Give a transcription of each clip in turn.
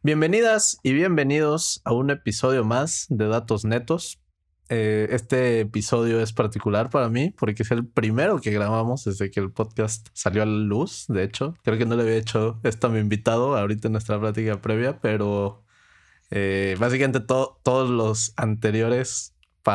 Bienvenidas y bienvenidos a un episodio más de Datos Netos. Este episodio es particular para mí porque es el primero que grabamos desde que el podcast salió a la luz. De hecho, creo que no le había hecho esto a mi invitado ahorita en nuestra plática previa, pero básicamente todos los anteriores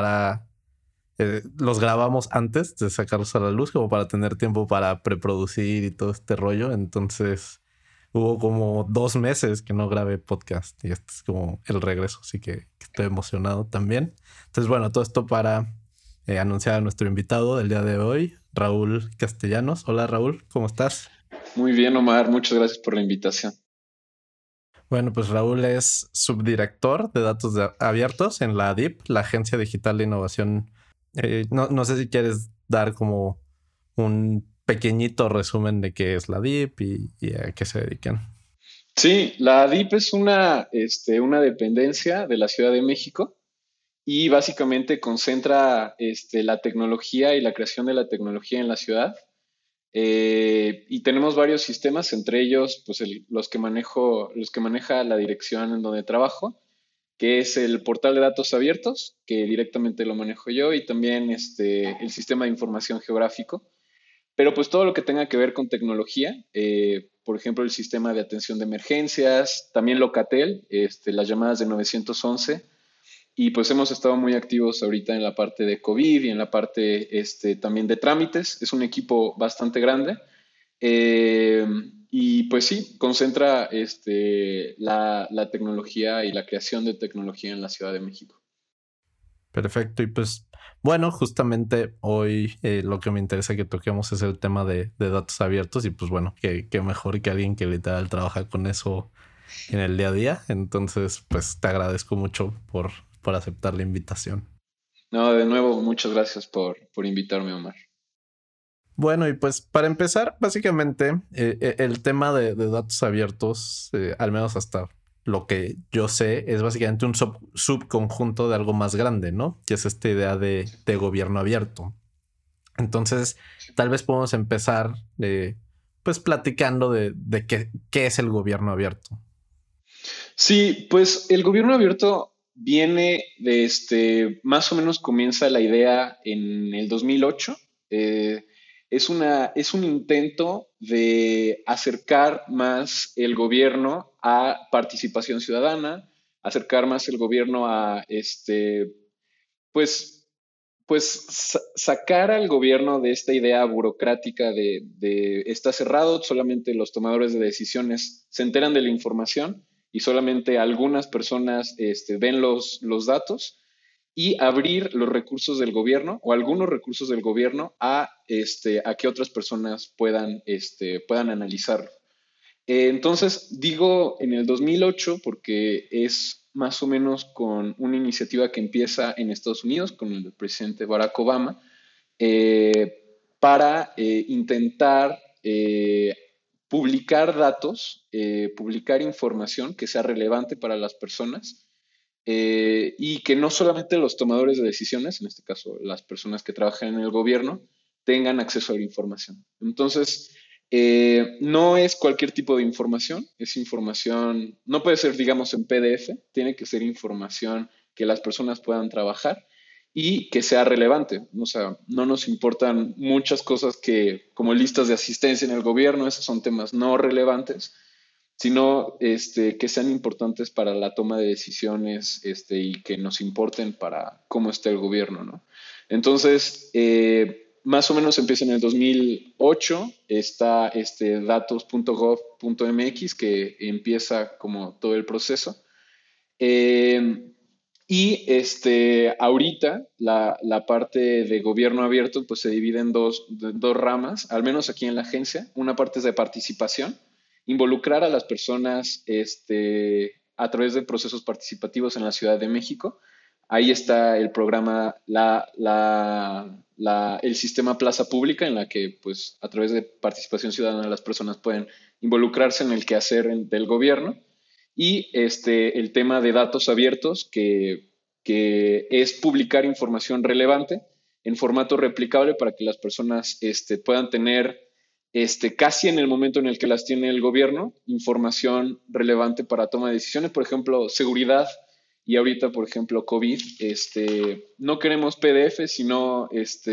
los grabamos antes de sacarlos a la luz, como para tener tiempo para preproducir y todo este rollo. Entonces hubo como 2 meses que no grabé podcast y este es como el regreso, así que estoy emocionado también. Entonces, bueno, todo esto para anunciar a nuestro invitado del día de hoy, Raúl Castellanos. Hola Raúl, ¿cómo estás? Muy bien, Omar, muchas gracias por la invitación. Bueno, pues Raúl es subdirector de datos abiertos en la ADIP, la Agencia Digital de Innovación. No sé si quieres dar como un pequeñito resumen de qué es la DIP y a qué se dedican. Sí, la DIP es una dependencia de la Ciudad de México y básicamente concentra la tecnología y la creación de la tecnología en la ciudad. Y tenemos varios sistemas, entre ellos pues, los que maneja la dirección en donde trabajo, que es el portal de datos abiertos, que directamente lo manejo yo, y también el sistema de información geográfico. Pero pues todo lo que tenga que ver con tecnología, por ejemplo, el sistema de atención de emergencias, también Locatel, las llamadas de 911, y pues hemos estado muy activos ahorita en la parte de COVID y en la parte también de trámites. Es un equipo bastante grande. eh, y pues sí, concentra la tecnología y la creación de tecnología en la Ciudad de México. Perfecto. Y pues, bueno, justamente hoy lo que me interesa que toquemos es el tema de datos abiertos. Y pues bueno, que mejor que alguien que literal trabaja con eso en el día a día. Entonces, pues te agradezco mucho por aceptar la invitación. No, de nuevo, muchas gracias por invitarme, Omar. Bueno, y pues para empezar, básicamente el tema de datos abiertos, al menos hasta lo que yo sé, es básicamente un subconjunto de algo más grande, ¿no? Que es esta idea de gobierno abierto. Entonces, tal vez podemos empezar pues platicando de qué es el gobierno abierto. Sí, pues el gobierno abierto viene de más o menos comienza la idea en el 2008. Eh, es un intento de acercar más el gobierno a participación ciudadana, acercar más el gobierno a pues, sacar al gobierno de esta idea burocrática de está cerrado, solamente los tomadores de decisiones se enteran de la información y solamente algunas personas ven los datos y abrir los recursos del gobierno o algunos recursos del gobierno a que otras personas puedan analizarlo. Entonces, digo en el 2008 porque es más o menos con una iniciativa que empieza en Estados Unidos con el presidente Barack Obama para intentar publicar datos, publicar información que sea relevante para las personas y que no solamente los tomadores de decisiones, en este caso las personas que trabajan en el gobierno, tengan acceso a la información. Entonces, no es cualquier tipo de información, es información, no puede ser, digamos, en PDF, tiene que ser información que las personas puedan trabajar y que sea relevante. O sea, no nos importan muchas cosas que, como listas de asistencia en el gobierno, esos son temas no relevantes, sino que sean importantes para la toma de decisiones y que nos importen para cómo está el gobierno, ¿no? Entonces, más o menos empieza en el 2008, está datos.gov.mx que empieza como todo el proceso. Eh, y ahorita la parte de gobierno abierto pues se divide en dos ramas, al menos aquí en la agencia. Una parte es de participación, involucrar a las personas a través de procesos participativos en la Ciudad de México. Ahí está el programa, el sistema Plaza Pública, en la que pues a través de participación ciudadana las personas pueden involucrarse en el quehacer del gobierno y el tema de datos abiertos, que es publicar información relevante en formato replicable para que las personas puedan tener casi en el momento en el que las tiene el gobierno, información relevante para toma de decisiones, por ejemplo, seguridad y ahorita, por ejemplo, COVID. No queremos PDF, sino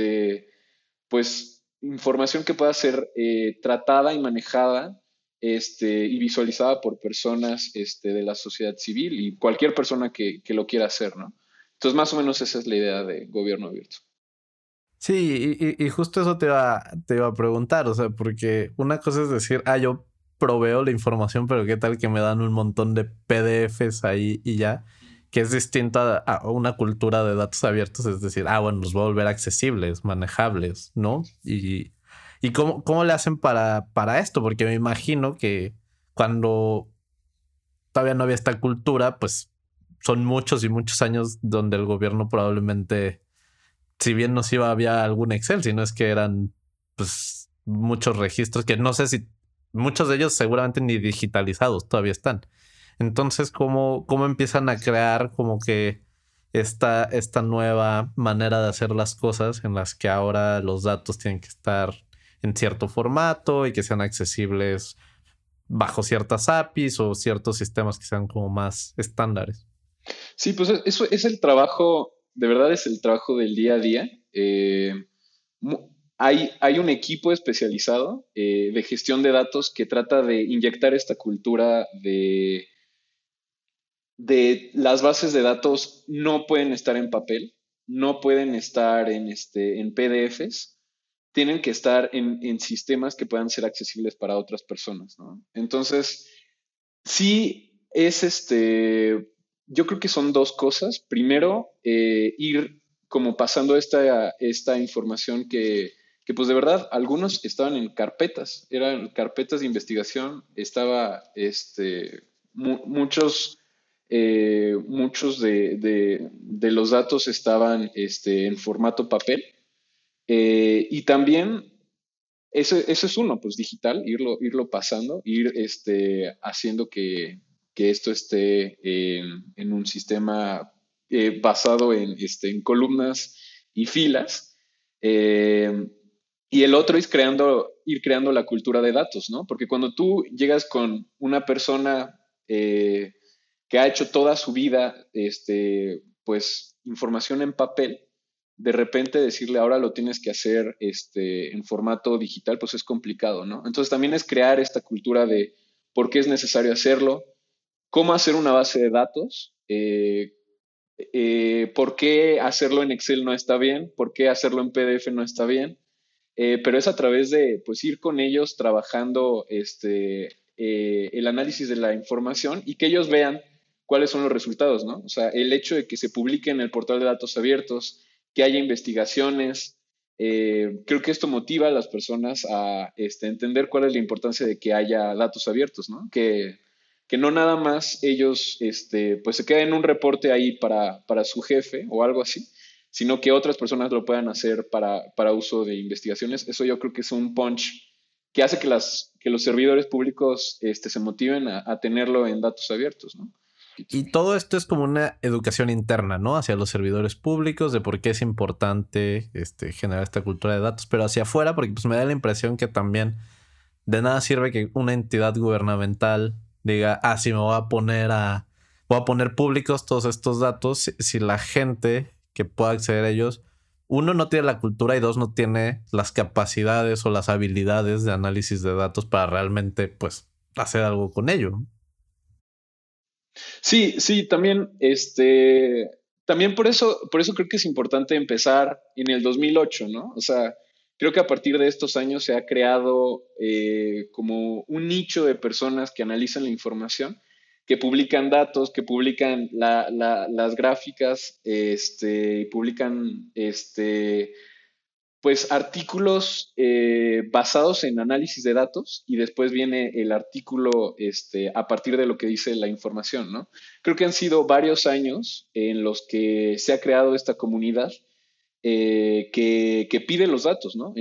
pues información que pueda ser tratada y manejada y visualizada por personas de la sociedad civil y cualquier persona que lo quiera hacer, ¿no? Entonces, más o menos esa es la idea de gobierno abierto. Sí, y justo eso te iba a preguntar, o sea, porque una cosa es decir, yo proveo la información, pero qué tal que me dan un montón de PDFs ahí y ya, que es distinto a una cultura de datos abiertos, es decir, bueno, los voy a volver accesibles, manejables, ¿no? Y cómo le hacen para esto, porque me imagino que cuando todavía no había esta cultura, pues son muchos y muchos años donde el gobierno probablemente, si bien no se iba, había algún Excel, sino es que eran pues muchos registros que no sé si muchos de ellos seguramente ni digitalizados todavía están. Entonces, ¿cómo empiezan a crear como que esta nueva manera de hacer las cosas en las que ahora los datos tienen que estar en cierto formato y que sean accesibles bajo ciertas APIs o ciertos sistemas que sean como más estándares? Sí, pues eso es el trabajo, de verdad es el trabajo del día a día. Hay un equipo especializado de gestión de datos que trata de inyectar esta cultura de las bases de datos no pueden estar en papel, no pueden estar en PDFs, tienen que estar en sistemas que puedan ser accesibles para otras personas, ¿no? Entonces, sí, yo creo que son dos cosas. Primero, ir como pasando esta información que, pues de verdad, algunos estaban en carpetas, eran carpetas de investigación, estaba, muchos de los datos estaban, en formato papel. Y también eso es uno, pues digital, irlo pasando, ir haciendo que esto esté en un sistema basado en columnas y filas. Eh, y el otro es ir creando la cultura de datos, ¿no? Porque cuando tú llegas con una persona que ha hecho toda su vida, pues, información en papel, de repente decirle ahora lo tienes que hacer en formato digital, pues es complicado, ¿no? Entonces también es crear esta cultura de por qué es necesario hacerlo, cómo hacer una base de datos, por qué hacerlo en Excel no está bien, por qué hacerlo en PDF no está bien, pero es a través de pues ir con ellos trabajando el análisis de la información y que ellos vean cuáles son los resultados, ¿no? O sea, el hecho de que se publique en el portal de datos abiertos, que haya investigaciones, creo que esto motiva a las personas a entender cuál es la importancia de que haya datos abiertos, ¿no? Que no nada más ellos pues se queden en un reporte ahí para su jefe o algo así, sino que otras personas lo puedan hacer para uso de investigaciones. Eso yo creo que es un punch que hace que los servidores públicos se motiven a tenerlo en datos abiertos, ¿no? Y todo esto es como una educación interna, ¿no? Hacia los servidores públicos de por qué es importante generar esta cultura de datos, pero hacia afuera, porque pues me da la impresión que también de nada sirve que una entidad gubernamental diga, sí, voy a poner públicos todos estos datos si la gente que pueda acceder a ellos, uno, no tiene la cultura y dos, no tiene las capacidades o las habilidades de análisis de datos para realmente, pues, hacer algo con ello. Sí, sí, también, también por eso creo que es importante empezar en el 2008, ¿no? O sea, creo que a partir de estos años se ha creado como un nicho de personas que analizan la información, que publican datos, que publican las gráficas, publican, pues artículos basados en análisis de datos y después viene el artículo a partir de lo que dice la información, ¿no? Creo que han sido varios años en los que se ha creado esta comunidad que pide los datos, ¿no?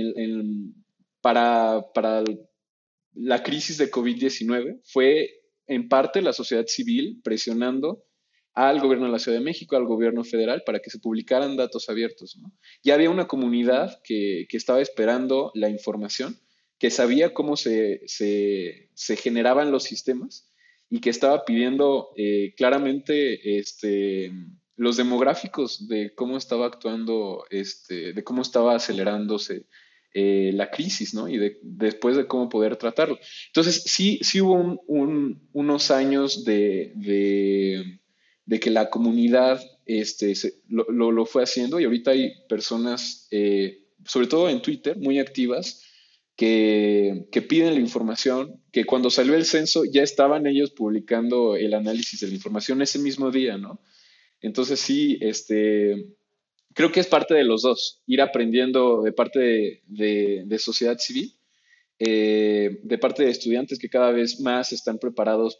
Para la crisis de COVID-19 fue en parte la sociedad civil presionando al gobierno de la Ciudad de México, al gobierno federal, para que se publicaran datos abiertos, ¿no? Ya había una comunidad que estaba esperando la información, que sabía cómo se generaban los sistemas y que estaba pidiendo claramente los demográficos de cómo estaba actuando, de cómo estaba acelerándose la crisis, ¿no? Y después de cómo poder tratarlo. Entonces, sí hubo unos años de que la comunidad lo fue haciendo y ahorita hay personas, sobre todo en Twitter, muy activas que piden la información, que cuando salió el censo ya estaban ellos publicando el análisis de la información ese mismo día, ¿no? Entonces sí, creo que es parte de los dos, ir aprendiendo de parte de sociedad civil, de parte de estudiantes que cada vez más están preparados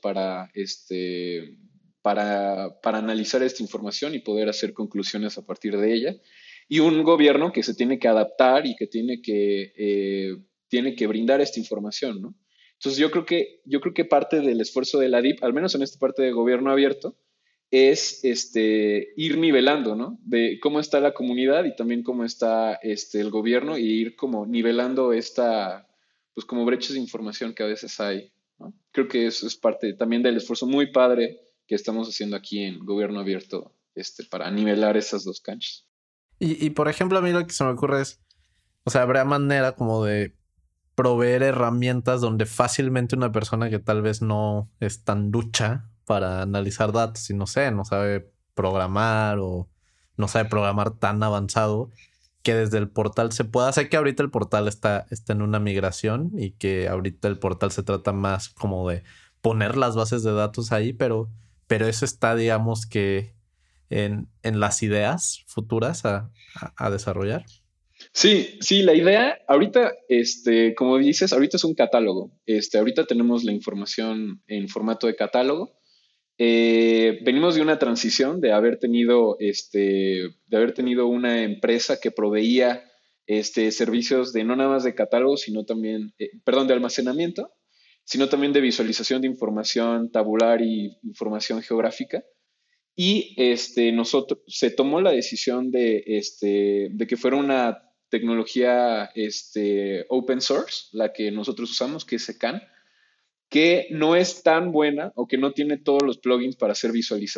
para analizar esta información y poder hacer conclusiones a partir de ella, y un gobierno que se tiene que adaptar y que tiene que brindar esta información, ¿no? Entonces yo creo que parte del esfuerzo de la DIP, al menos en esta parte de gobierno abierto, es ir nivelando, ¿no? De cómo está la comunidad y también cómo está el gobierno, y ir como nivelando pues como brechas de información que a veces hay, ¿no? Creo que eso es parte también del esfuerzo muy padre que estamos haciendo aquí en gobierno abierto, para nivelar esas dos canchas. Y por ejemplo, a mí lo que se me ocurre es, o sea, habrá manera como de proveer herramientas donde fácilmente una persona que tal vez no es tan ducha para analizar datos y no sé, no sabe programar o no sabe programar tan avanzado, que desde el portal se pueda. Sé que ahorita el portal está en una migración y que ahorita el portal se trata más como de poner las bases de datos ahí, pero eso está, digamos que en las ideas futuras a desarrollar. Sí, sí, la idea ahorita, como dices, ahorita es un catálogo. Ahorita tenemos la información en formato de catálogo. Venimos de una transición de haber tenido una empresa que proveía servicios de no nada más de catálogo, sino también, perdón, de almacenamiento, sino también de visualización de información tabular y información geográfica. Y nosotros se tomó la decisión de que fuera una tecnología open source, la que nosotros usamos, que es Secan, que no es tan buena o que no tiene todos los plugins para hacer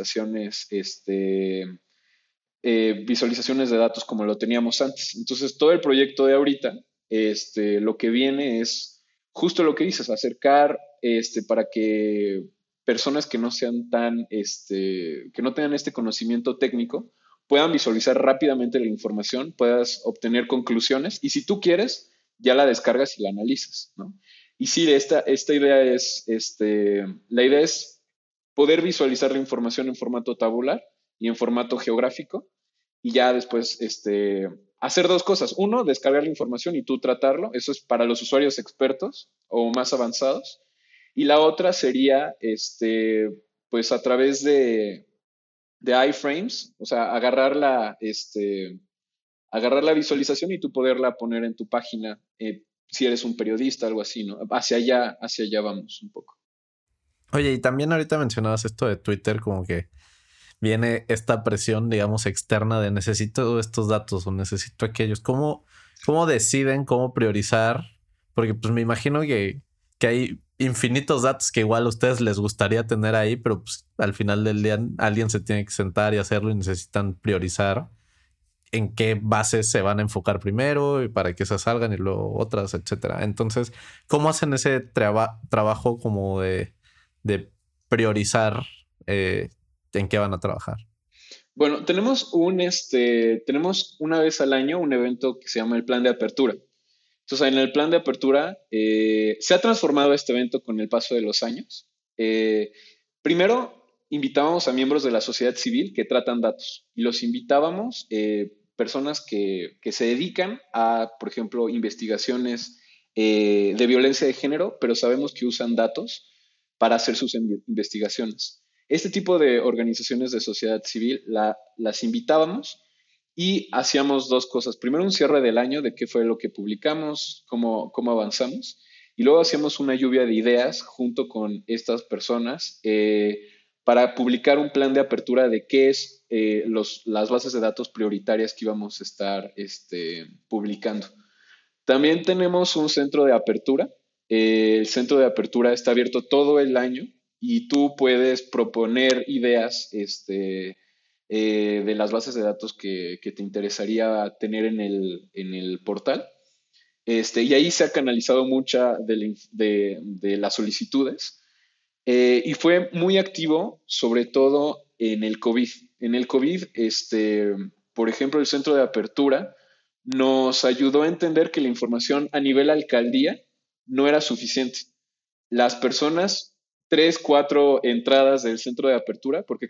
visualizaciones de datos como lo teníamos antes. Entonces, todo el proyecto de ahorita, lo que viene es justo lo que dices, acercar para que personas que no sean que no tengan este conocimiento técnico, puedan visualizar rápidamente la información, puedas obtener conclusiones y si tú quieres, ya la descargas y la analizas, ¿no? Y sí, esta idea la idea es poder visualizar la información en formato tabular y en formato geográfico, y ya después hacer dos cosas. Uno, descargar la información y tú tratarlo. Eso es para los usuarios expertos o más avanzados. Y la otra sería, pues a través de iframes, o sea, agarrar la visualización y tú poderla poner en tu página, si eres un periodista, algo así, ¿no? Hacia allá vamos un poco. Oye, y también ahorita mencionabas esto de Twitter, como que viene esta presión, digamos, externa de necesito estos datos o necesito aquellos. ¿Cómo deciden cómo priorizar? Porque pues me imagino que hay infinitos datos que igual a ustedes les gustaría tener ahí, pero pues al final del día alguien se tiene que sentar y hacerlo y necesitan priorizar en qué bases se van a enfocar primero y para que esas salgan y luego otras, etcétera. Entonces, ¿cómo hacen ese trabajo como de priorizar en qué van a trabajar? Bueno, tenemos una vez al año un evento que se llama el Plan de Apertura. Entonces, en el Plan de Apertura se ha transformado este evento con el paso de los años. Primero, invitábamos a miembros de la sociedad civil que tratan datos y los invitábamos personas que se dedican a, por ejemplo, investigaciones de violencia de género, pero sabemos que usan datos para hacer sus investigaciones. Este tipo de organizaciones de sociedad civil las invitábamos y hacíamos dos cosas. Primero, un cierre del año de qué fue lo que publicamos, cómo avanzamos, y luego hacíamos una lluvia de ideas junto con estas personas para publicar un plan de apertura de qué es las bases de datos prioritarias que íbamos a estar publicando. También tenemos un centro de apertura. El centro de apertura está abierto todo el año y tú puedes proponer ideas de las bases de datos que te interesaría tener en el portal. Y ahí se ha canalizado mucha de las solicitudes. Y fue muy activo, sobre todo en el COVID. En el COVID, por ejemplo, el centro de apertura nos ayudó a entender que la información a nivel alcaldía no era suficiente. Las personas, tres, cuatro entradas del centro de apertura, porque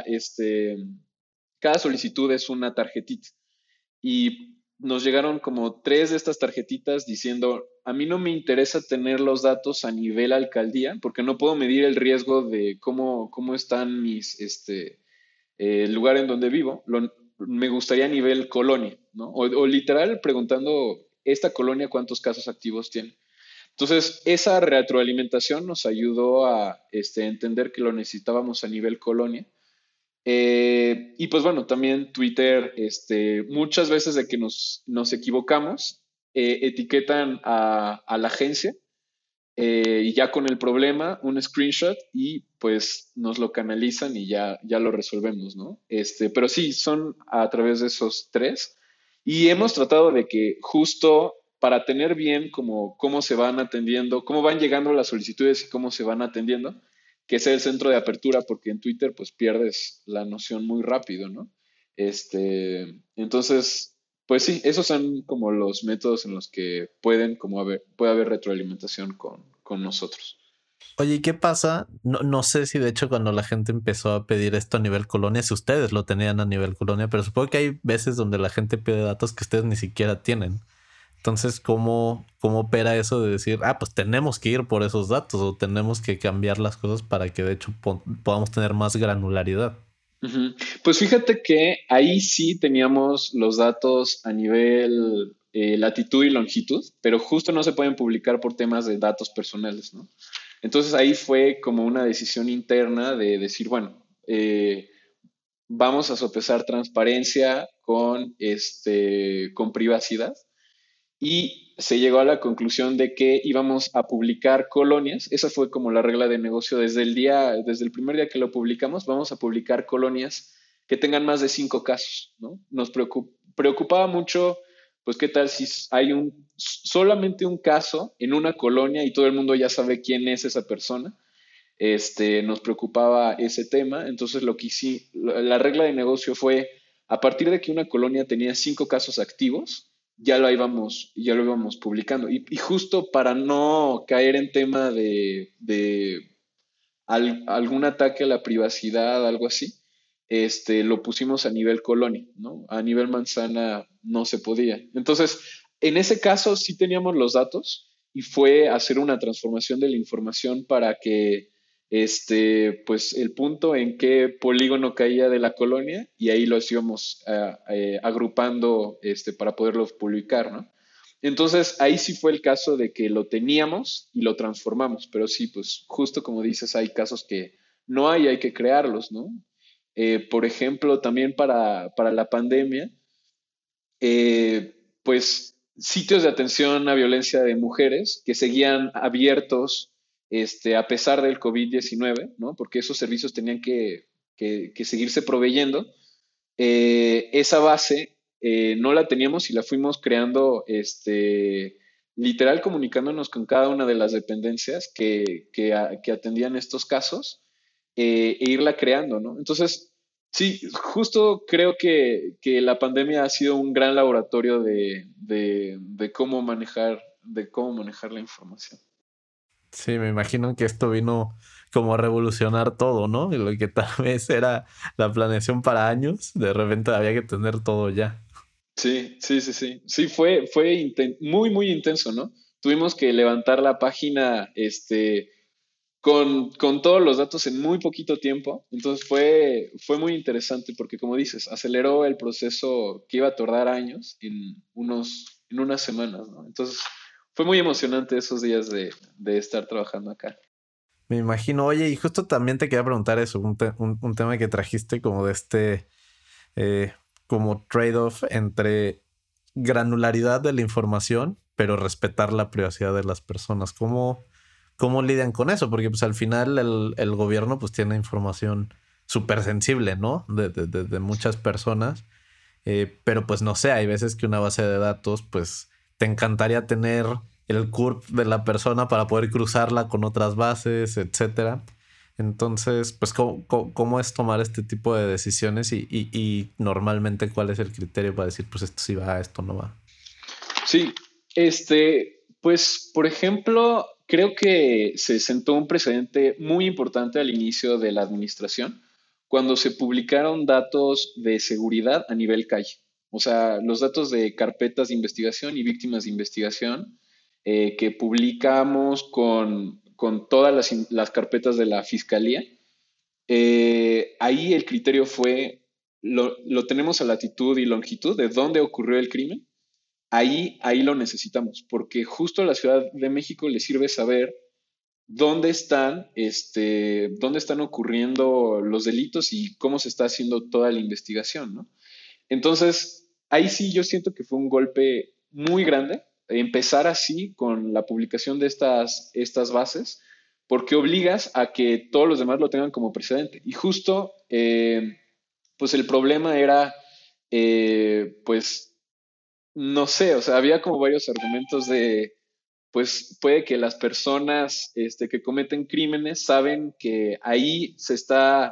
cada solicitud es una tarjetita y nos llegaron como tres de estas tarjetitas diciendo, a mí no me interesa tener los datos a nivel alcaldía porque no puedo medir el riesgo de cómo están el lugar en donde vivo. Me gustaría a nivel colonia, ¿no? O literal preguntando, ¿esta colonia cuántos casos activos tiene? Entonces, esa retroalimentación nos ayudó a entender que lo necesitábamos a nivel colonia. Y pues bueno, también Twitter, muchas veces de que nos equivocamos, etiquetan a la agencia y ya con el problema, un screenshot y pues nos lo canalizan y ya lo resolvemos, ¿no? Pero sí, son a través de esos tres. Y hemos tratado de que justo para tener bien como cómo se van atendiendo, cómo van llegando las solicitudes y cómo se van atendiendo, que sea el centro de apertura, porque en Twitter pues pierdes la noción muy rápido, ¿no? Entonces, pues sí, esos son como los métodos en los que puede haber retroalimentación con nosotros. Oye, ¿y qué pasa? No sé si de hecho cuando la gente empezó a pedir esto a nivel colonia, si ustedes lo tenían a nivel colonia, pero supongo que hay veces donde la gente pide datos que ustedes ni siquiera tienen. Entonces, ¿cómo opera eso de decir, pues tenemos que ir por esos datos o tenemos que cambiar las cosas para que de hecho podamos tener más granularidad? Ujú. Pues fíjate que ahí sí teníamos los datos a nivel latitud y longitud, pero justo no se pueden publicar por temas de datos personales, ¿no? Entonces ahí fue como una decisión interna de decir, bueno, vamos a sopesar transparencia con privacidad y se llegó a la conclusión de que íbamos a publicar colonias. Esa fue como la regla de negocio desde el primer día que lo publicamos, vamos a publicar colonias que tengan más de 5 casos, ¿no? Nos preocupaba mucho, pues, ¿qué tal si hay solamente un caso en una colonia y todo el mundo ya sabe quién es esa persona? Nos preocupaba ese tema, entonces lo que hice, la regla de negocio fue, a partir de que una colonia tenía 5 casos activos, ya lo íbamos publicando. Y justo para no caer en tema de algún ataque a la privacidad, algo así, lo pusimos a nivel colonia, ¿no? A nivel manzana no se podía. Entonces, en ese caso sí teníamos los datos y fue hacer una transformación de la información para que pues el punto en qué polígono caía de la colonia y ahí los íbamos agrupando para poderlos publicar, ¿no? Entonces, ahí sí fue el caso de que lo teníamos y lo transformamos, pero sí, pues justo como dices, hay casos que no hay que crearlos, ¿no? Por ejemplo, también para la pandemia, pues sitios de atención a violencia de mujeres que seguían abiertos a pesar del COVID-19, ¿no? Porque esos servicios tenían que seguirse proveyendo. Esa base no la teníamos y la fuimos creando, literal comunicándonos con cada una de las dependencias que atendían estos casos e irla creando, ¿no? Entonces, sí, justo creo que la pandemia ha sido un gran laboratorio de cómo manejar la información. Sí, me imagino que esto vino como a revolucionar todo, ¿no? Y lo que tal vez era la planeación para años, de repente había que tener todo ya. Sí, sí, sí, sí. Sí, fue muy, muy intenso, ¿no? Tuvimos que levantar la página, con todos los datos en muy poquito tiempo. Entonces fue muy interesante porque, como dices, aceleró el proceso que iba a tardar años en unas semanas, ¿no? Entonces fue muy emocionante esos días de estar trabajando acá. Me imagino, oye, y justo también te quería preguntar eso, un tema que trajiste como de eh, como trade-off entre granularidad de la información, pero respetar la privacidad de las personas. ¿Cómo lidian con eso? Porque pues al final el gobierno pues tiene información súper sensible, ¿no? De muchas personas. Pero pues no sé, hay veces que una base de datos pues te encantaría tener el CURP de la persona para poder cruzarla con otras bases, etcétera. Entonces, pues, ¿cómo es tomar este tipo de decisiones y normalmente cuál es el criterio para decir, pues esto sí va, esto no va? Sí, pues, por ejemplo, creo que se sentó un precedente muy importante al inicio de la administración, cuando se publicaron datos de seguridad a nivel calle. O sea, los datos de carpetas de investigación y víctimas de investigación que publicamos con todas las carpetas de la fiscalía. Ahí el criterio fue, lo tenemos a latitud y longitud de dónde ocurrió el crimen. Ahí lo necesitamos, porque justo a la Ciudad de México le sirve saber dónde están ocurriendo los delitos y cómo se está haciendo toda la investigación, ¿no? Entonces, ahí sí yo siento que fue un golpe muy grande empezar así con la publicación de estas bases, porque obligas a que todos los demás lo tengan como precedente. Y justo, pues el problema era, pues, no sé, o sea, había como varios argumentos de, pues puede que las personas que cometen crímenes saben que ahí se está,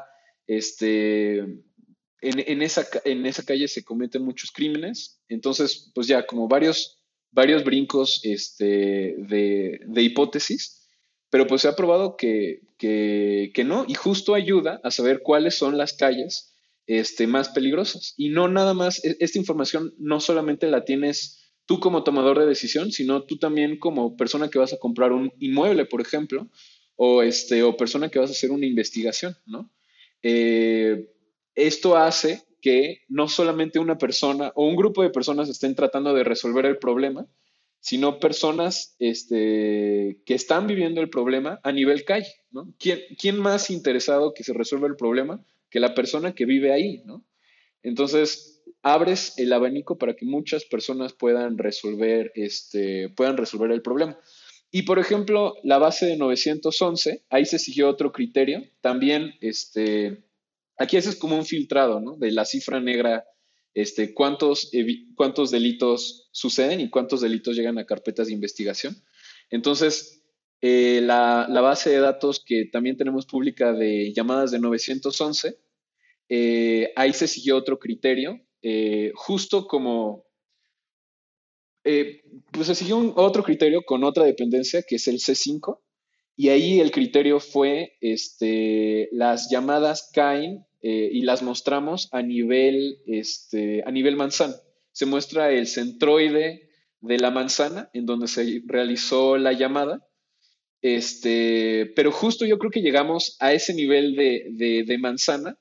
en esa calle se cometen muchos crímenes, entonces, pues ya como varios brincos de hipótesis, pero pues se ha probado que no, y justo ayuda a saber cuáles son las calles más peligrosas. Y no nada más, esta información no solamente la tienes tú como tomador de decisión, sino tú también como persona que vas a comprar un inmueble, por ejemplo, o persona que vas a hacer una investigación, ¿no? Eh, Esto hace que no solamente una persona o un grupo de personas estén tratando de resolver el problema, sino personas que están viviendo el problema a nivel calle, ¿no? ¿Quién más interesado que se resuelva el problema que la persona que vive ahí, ¿no? Entonces, abres el abanico para que muchas personas puedan resolver el problema. Y por ejemplo, la base de 911, ahí se siguió otro criterio. También, aquí haces como un filtrado, ¿no? De la cifra negra, cuántos delitos suceden y cuántos delitos llegan a carpetas de investigación. Entonces, la base de datos que también tenemos pública de llamadas de 911, ahí se siguió otro criterio, justo como, pues se siguió otro criterio con otra dependencia que es el C5, y ahí el criterio fue, las llamadas caen y las mostramos a nivel manzana. Se muestra el centroide de la manzana en donde se realizó la llamada, pero justo yo creo que llegamos a ese nivel de manzana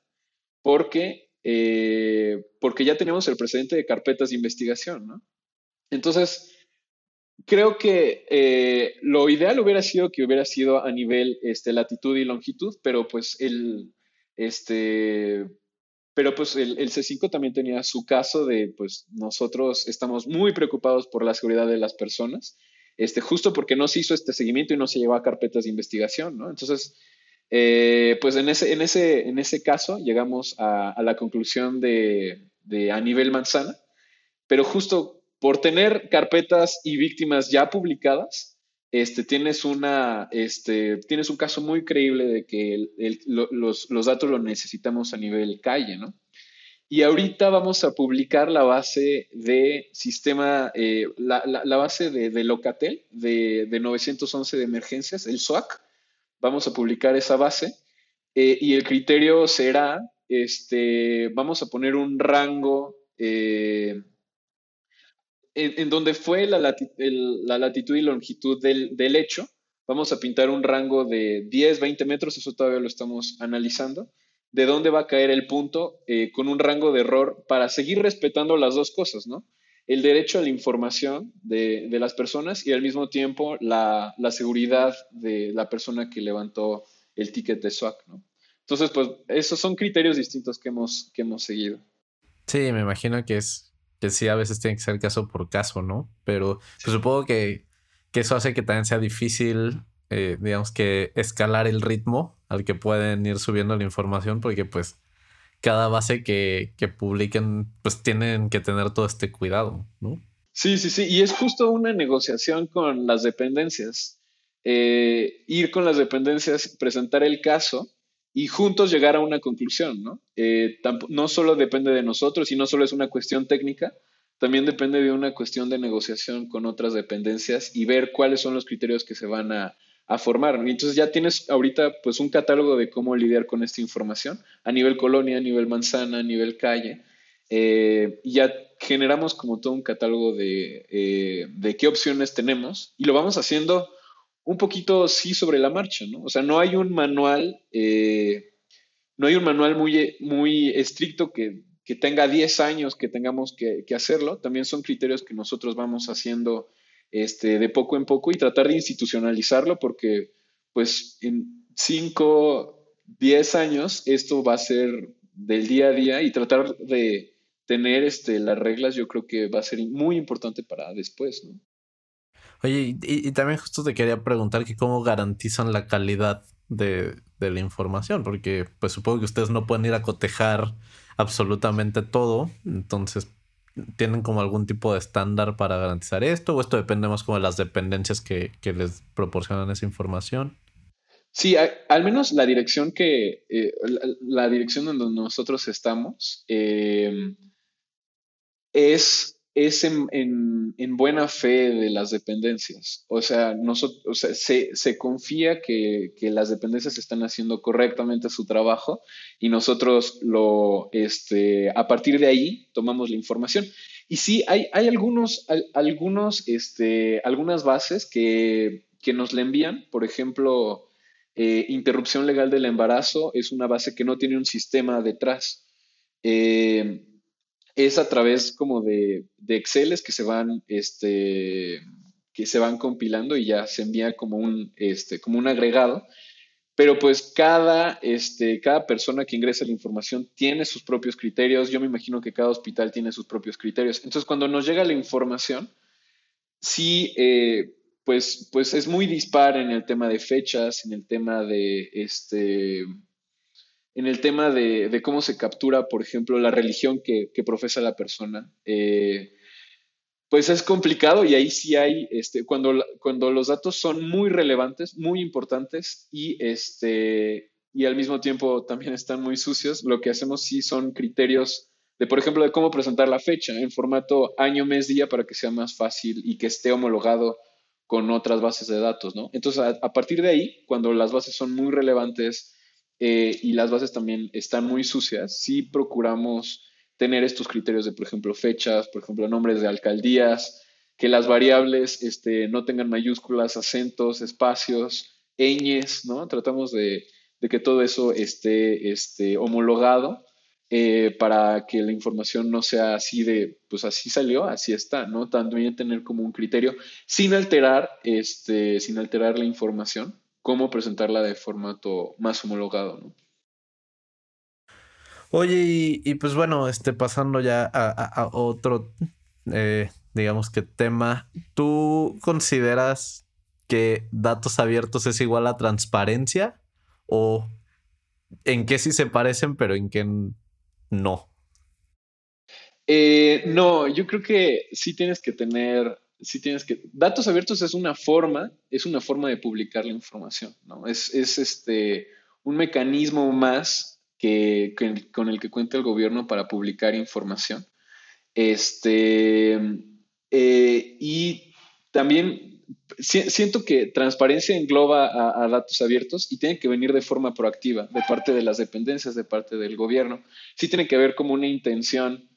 porque ya tenemos el precedente de carpetas de investigación, ¿no? Entonces, creo que lo ideal hubiera sido que hubiera sido a nivel latitud y longitud, este, pero pues el C5 también tenía su caso de, pues nosotros estamos muy preocupados por la seguridad de las personas, justo porque no se hizo este seguimiento y no se llevó a carpetas de investigación, ¿no? Entonces, pues en ese caso llegamos a la conclusión de a nivel manzana, pero justo por tener carpetas y víctimas ya publicadas, tienes un caso muy creíble de que los datos los necesitamos a nivel calle, ¿no? Y ahorita vamos a publicar la base de sistema, la base de Locatel, de 911 de emergencias, el SOAC. Vamos a publicar esa base y el criterio será, vamos a poner un rango en donde fue la latitud y longitud del hecho. Vamos a pintar un rango de 10, 20 metros, eso todavía lo estamos analizando, de dónde va a caer el punto con un rango de error para seguir respetando las dos cosas, ¿no? El derecho a la información de las personas y al mismo tiempo la seguridad de la persona que levantó el ticket de SWAC, ¿no? Entonces, pues esos son criterios distintos que hemos seguido. Sí, me imagino que es pues sí, a veces tiene que ser caso por caso, ¿no? Pero pues supongo que eso hace que también sea difícil, digamos que escalar el ritmo al que pueden ir subiendo la información, porque pues cada base que publiquen, pues tienen que tener todo este cuidado, ¿no? Sí, sí, sí, y es justo una negociación con las dependencias. Ir con las dependencias, presentar el caso y juntos llegar a una conclusión, ¿no? No solo depende de nosotros y no solo es una cuestión técnica, también depende de una cuestión de negociación con otras dependencias y ver cuáles son los criterios que se van a formar. Y entonces ya tienes ahorita pues un catálogo de cómo lidiar con esta información a nivel colonia, a nivel manzana, a nivel calle. Y ya generamos como todo un catálogo de qué opciones tenemos y lo vamos haciendo un poquito sí sobre la marcha, ¿no? O sea, no hay un manual muy estricto que tenga 10 años que tengamos que hacerlo. También son criterios que nosotros vamos haciendo de poco en poco y tratar de institucionalizarlo porque pues en 5 10 años esto va a ser del día a día y tratar de tener las reglas yo creo que va a ser muy importante para después, ¿no? Oye, y también justo te quería preguntar que cómo garantizan la calidad de la información, porque pues supongo que ustedes no pueden ir a cotejar absolutamente todo, entonces tienen como algún tipo de estándar para garantizar esto, o esto depende más como de las dependencias que les proporcionan esa información. Sí, al menos la dirección la dirección en donde nosotros estamos, es en buena fe de las dependencias. O sea, se confía que las dependencias están haciendo correctamente su trabajo y nosotros a partir de ahí tomamos la información. Y sí, hay algunas bases que nos le envían. Por ejemplo, interrupción legal del embarazo es una base que no tiene un sistema detrás. Eh, es a través como de Exceles que se van compilando y ya se envía como un agregado. Pero pues cada persona que ingresa la información tiene sus propios criterios. Yo me imagino que cada hospital tiene sus propios criterios. Entonces, cuando nos llega la información, sí, pues es muy dispar en el tema de fechas, en el tema de cómo se captura, por ejemplo, la religión que profesa la persona. Pues es complicado y ahí sí hay, cuando los datos son muy relevantes, muy importantes y al mismo tiempo también están muy sucios, lo que hacemos sí son criterios de, por ejemplo, de cómo presentar la fecha en formato año, mes, día para que sea más fácil y que esté homologado con otras bases de datos, ¿no? Entonces, a partir de ahí, cuando las bases son muy relevantes y las bases también están muy sucias, sí procuramos tener estos criterios de, por ejemplo, fechas, por ejemplo, nombres de alcaldías, que las variables no tengan mayúsculas, acentos, espacios, ñes, ¿no? Tratamos de que todo eso esté homologado para que la información no sea así de, pues así salió, así está, ¿no? También tener como un criterio sin alterar la información, cómo presentarla de formato más homologado, ¿no? Oye, y pues bueno, pasando ya a otro, digamos que tema, ¿tú consideras que datos abiertos es igual a transparencia? ¿O en qué sí se parecen, pero en qué no? No, yo creo que sí tienes que, datos abiertos es una forma de publicar la información, ¿no? Es un mecanismo más con el que cuenta el gobierno para publicar información. Este, y también siento que transparencia engloba a datos abiertos y tiene que venir de forma proactiva, de parte de las dependencias, de parte del gobierno. Sí tiene que haber como una intención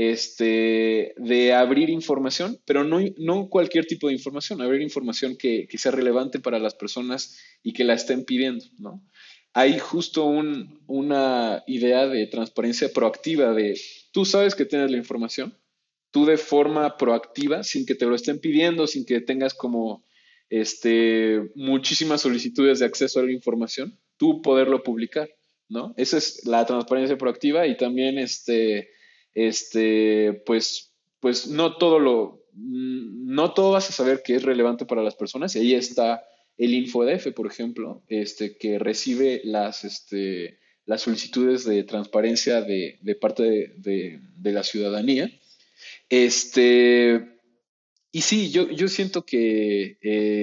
de abrir información, pero no cualquier tipo de información, abrir información que sea relevante para las personas y que la estén pidiendo, ¿no? Hay justo una idea de transparencia proactiva de tú sabes que tienes la información, tú de forma proactiva, sin que te lo estén pidiendo, sin que tengas como muchísimas solicitudes de acceso a la información, tú poderlo publicar, ¿no? Esa es la transparencia proactiva y también pues pues no todo vas a saber que es relevante para las personas. Y ahí está el InfoDF, por ejemplo, que recibe las solicitudes de transparencia de parte de la ciudadanía. Este, y sí, yo siento que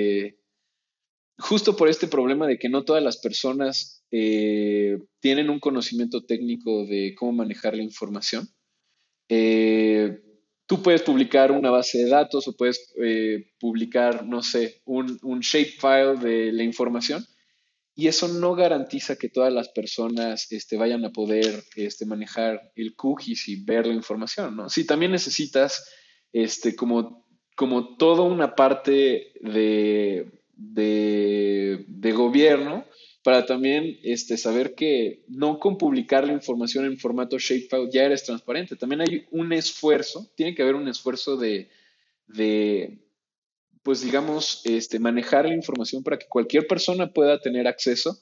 justo por este problema de que no todas las personas tienen un conocimiento técnico de cómo manejar la información, eh, tú puedes publicar una base de datos o puedes publicar, no sé, un shapefile de la información y eso no garantiza que todas las personas vayan a poder manejar el cookies y ver la información, ¿no? Sí, también necesitas como toda una parte de gobierno para también saber que no con publicar la información en formato shapefile ya eres transparente. También hay un esfuerzo, tiene que haber un esfuerzo de pues digamos, manejar la información para que cualquier persona pueda tener acceso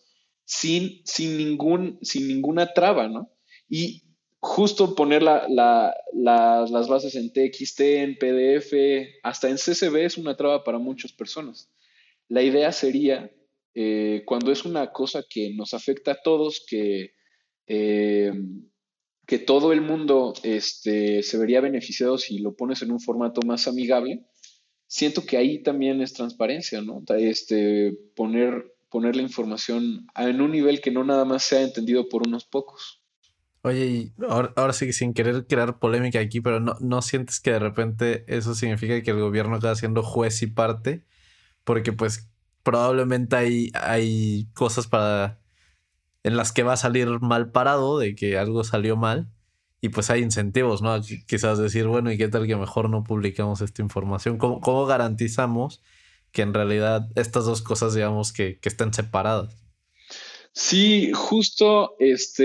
sin ninguna traba, ¿no? Y justo poner las bases en TXT, en PDF, hasta en CSV es una traba para muchas personas. La idea sería, cuando es una cosa que nos afecta a todos, eh, que todo el mundo se vería beneficiado si lo pones en un formato más amigable, siento que ahí también es transparencia, ¿no? Poner la información en un nivel que no nada más sea entendido por unos pocos. Oye, y ahora sí que sin querer crear polémica aquí, pero ¿no sientes que de repente eso significa que el gobierno acaba siendo juez y parte? Porque pues probablemente hay cosas en las que va a salir mal parado, de que algo salió mal, y pues hay incentivos, ¿no? Quizás decir, bueno, ¿y qué tal que mejor no publicamos esta información? ¿Cómo garantizamos que en realidad estas dos cosas, digamos, que estén separadas? Sí, justo,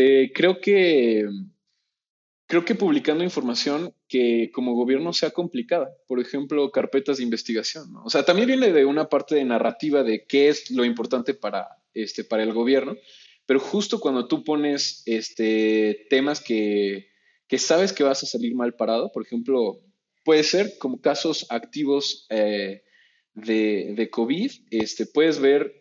creo que publicando información que como gobierno sea complicada, por ejemplo, carpetas de investigación, ¿no? O sea, también viene de una parte de narrativa de qué es lo importante para el gobierno, pero justo cuando tú pones temas que sabes que vas a salir mal parado, por ejemplo, puede ser como casos activos de COVID, puedes ver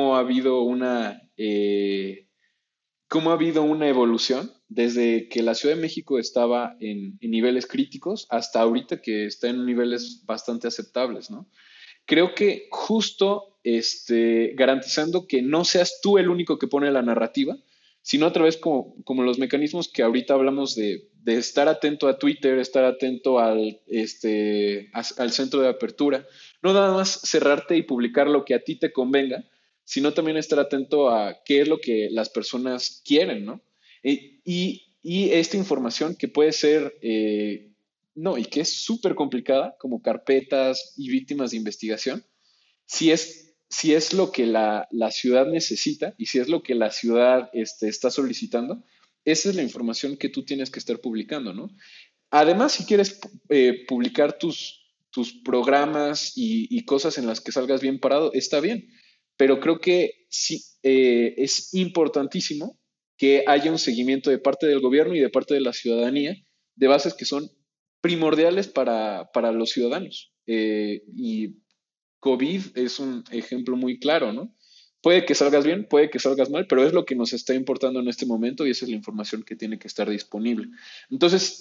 cómo ha habido una evolución desde que la Ciudad de México estaba en niveles críticos hasta ahorita que está en niveles bastante aceptables, ¿no? Creo que justo garantizando que no seas tú el único que pone la narrativa, sino a través como los mecanismos que ahorita hablamos de estar atento a Twitter, estar atento al centro de apertura, no nada más cerrarte y publicar lo que a ti te convenga, sino también estar atento a qué es lo que las personas quieren, ¿no? Y esta información que puede ser no, y que es súper complicada, como carpetas y víctimas de investigación, si es lo que la ciudad necesita y si es lo que la ciudad está solicitando, esa es la información que tú tienes que estar publicando, ¿no? Además, si quieres publicar tus programas y cosas en las que salgas bien parado, está bien, pero creo que sí es importantísimo que haya un seguimiento de parte del gobierno y de parte de la ciudadanía de bases que son primordiales para los ciudadanos. Y COVID es un ejemplo muy claro, ¿no? Puede que salgas bien, puede que salgas mal, pero es lo que nos está importando en este momento y esa es la información que tiene que estar disponible. Entonces,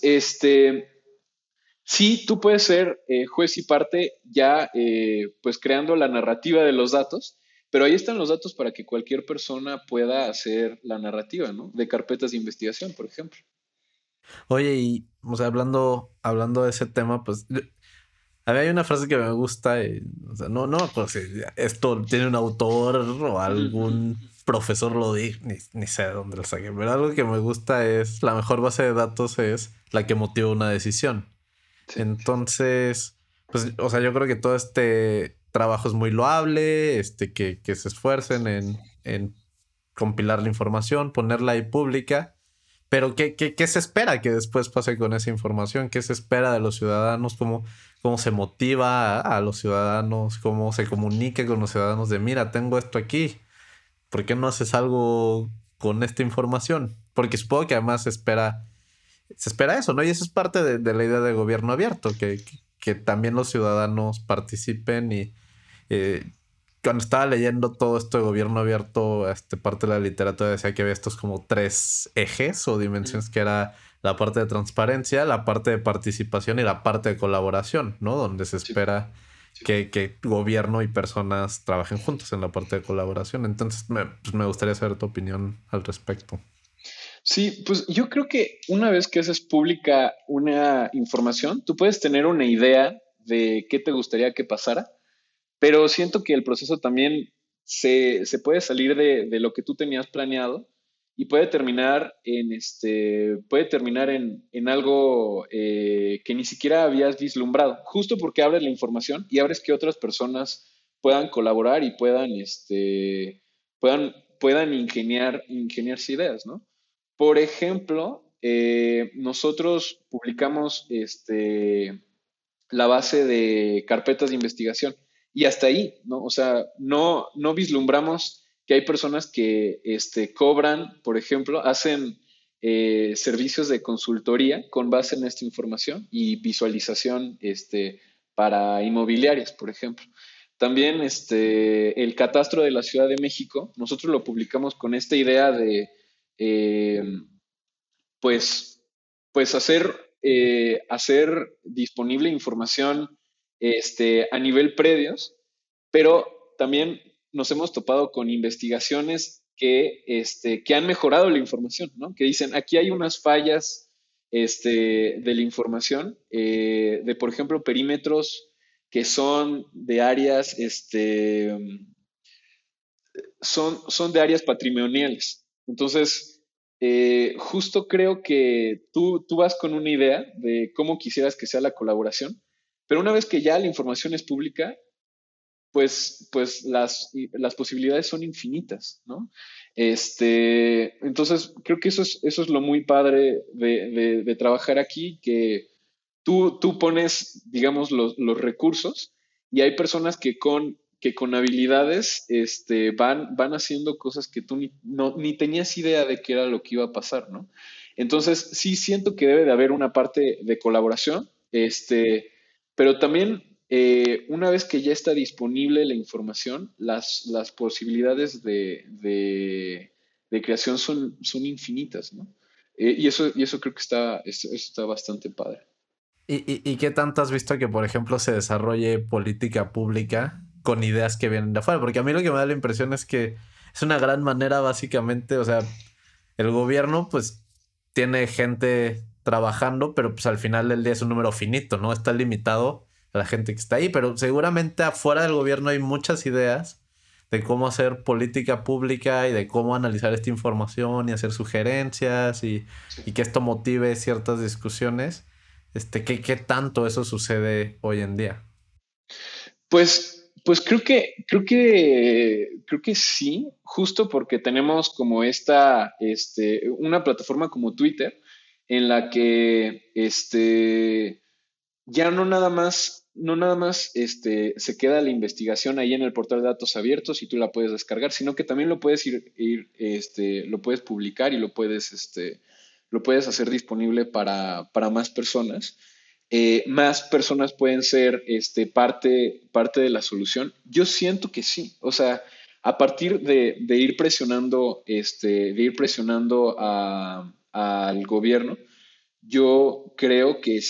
sí, tú puedes ser juez y parte ya pues creando la narrativa de los datos, pero ahí están los datos para que cualquier persona pueda hacer la narrativa, ¿no? De carpetas de investigación, por ejemplo. Oye, y o sea, hablando de ese tema, pues a mí hay una frase que me gusta, o sea, no me acuerdo si esto tiene un autor o Ujú, ujú. algún profesor lo dijo, ni sé de dónde lo saqué, pero algo que me gusta es la mejor base de datos es la que motiva una decisión. Sí, Entonces, pues, o sea, yo creo que todo este trabajo es muy loable, que se esfuercen en compilar la información, ponerla ahí pública. Pero ¿qué se espera que después pase con esa información? ¿Qué se espera de los ciudadanos? ¿Cómo se motiva a los ciudadanos? ¿Cómo se comunica con los ciudadanos de, mira, tengo esto aquí? ¿Por qué no haces algo con esta información? Porque supongo que además se espera, se espera eso, ¿no? Y eso es parte de la idea de gobierno abierto, que también los ciudadanos participen y eh, cuando estaba leyendo todo esto de gobierno abierto, parte de la literatura decía que había estos como tres ejes o Ujú. dimensiones que era la parte de transparencia, la parte de participación y la parte de colaboración, ¿no? Donde se Sí. espera que gobierno y personas trabajen juntos en la parte de colaboración. Entonces, pues me gustaría saber tu opinión al respecto. Sí, pues yo creo que una vez que haces pública una información, tú puedes tener una idea de qué te gustaría que pasara, pero siento que el proceso también se puede salir de lo que tú tenías planeado y puede terminar en algo que ni siquiera habías vislumbrado, justo porque abres la información y abres que otras personas puedan colaborar y puedan ingeniarse ideas, ¿no? Por ejemplo, nosotros publicamos la base de carpetas de investigación. Y hasta ahí, ¿no? O sea, no vislumbramos que hay personas que cobran, por ejemplo, hacen servicios de consultoría con base en esta información y visualización para inmobiliarias, por ejemplo. También el catastro de la Ciudad de México, nosotros lo publicamos con esta idea de, eh, pues, pues hacer disponible información a nivel predios, pero también nos hemos topado con investigaciones que han mejorado la información, ¿no? Que dicen, aquí hay unas fallas de la información, de, por ejemplo, perímetros que son de áreas, son de áreas patrimoniales. Entonces, justo creo que tú vas con una idea de cómo quisieras que sea la colaboración, pero una vez que ya la información es pública, pues las posibilidades son infinitas, ¿no? Entonces, creo que eso es lo muy padre de trabajar aquí, que tú pones, digamos, los recursos y hay personas que con habilidades van haciendo cosas que tú ni tenías idea de qué era lo que iba a pasar, ¿no? Entonces, sí siento que debe de haber una parte de colaboración, pero también una vez que ya está disponible la información, las posibilidades de creación son infinitas, ¿no? Y eso creo que eso está bastante padre. ¿Y qué tanto has visto que, por ejemplo, se desarrolle política pública con ideas que vienen de afuera? Porque a mí lo que me da la impresión es que es una gran manera, básicamente, o sea, el gobierno, pues, tiene gente trabajando, pero pues al final del día es un número finito, ¿no? Está limitado a la gente que está ahí, pero seguramente afuera del gobierno hay muchas ideas de cómo hacer política pública y de cómo analizar esta información y hacer sugerencias Sí. y que esto motive ciertas discusiones. ¿Qué tanto eso sucede hoy en día? Pues creo que sí, justo porque tenemos como una plataforma como Twitter en la que ya no nada más se queda la investigación ahí en el portal de datos abiertos y tú la puedes descargar, sino que también lo puedes lo puedes publicar y lo puedes hacer disponible para más personas. Más personas pueden ser parte de la solución. Yo siento que sí. O sea, a partir de ir presionando al gobierno, yo creo que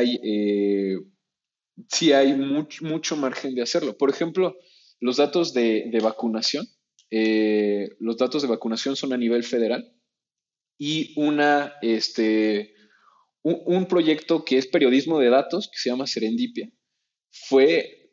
sí hay mucho margen de hacerlo. Por ejemplo, los datos de vacunación. Los datos de vacunación son a nivel federal y un proyecto que es periodismo de datos, que se llama Serendipia, fue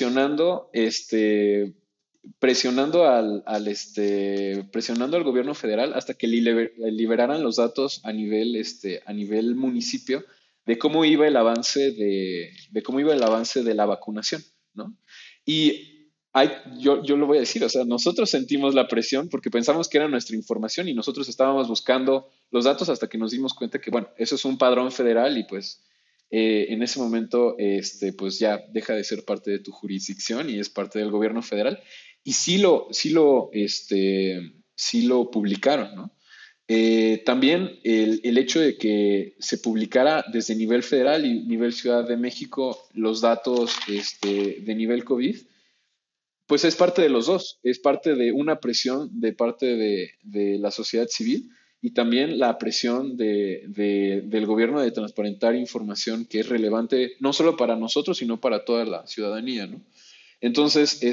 presionando al gobierno federal hasta que liberaran los datos a nivel municipio de cómo iba el avance de la vacunación, ¿no? Y yo lo voy a decir, o sea, nosotros sentimos la presión porque pensamos que era nuestra información y nosotros estábamos buscando los datos hasta que nos dimos cuenta que, bueno, eso es un padrón federal y pues en ese momento, pues ya deja de ser parte de tu jurisdicción y es parte del gobierno federal. Y sí lo publicaron, ¿no? También el hecho de que se publicara desde nivel federal y nivel Ciudad de México los datos de nivel COVID, pues es parte de los dos, es parte de una presión de parte de la sociedad civil y también la presión del gobierno de transparentar información que es relevante no solo para nosotros, sino para toda la ciudadanía, ¿no? Entonces,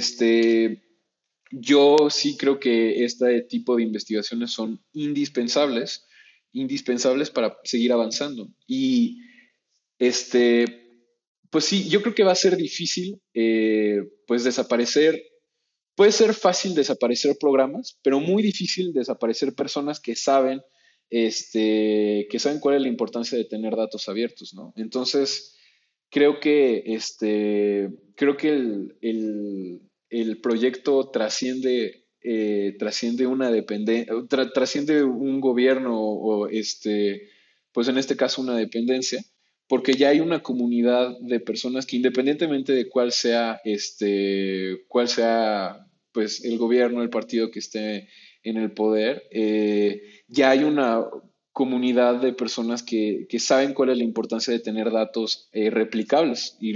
yo sí creo que este tipo de investigaciones son indispensables, indispensables para seguir avanzando. Y este, pues sí, yo creo que va a ser difícil, pues desaparecer. Puede ser fácil desaparecer programas, pero muy difícil desaparecer personas que saben cuál es la importancia de tener datos abiertos, ¿no? Entonces, creo que el proyecto trasciende una dependencia, trasciende un gobierno pues en este caso una dependencia, porque ya hay una comunidad de personas que independientemente de cuál sea pues el gobierno, el partido que esté en el poder, ya hay una comunidad de personas que saben cuál es la importancia de tener datos replicables y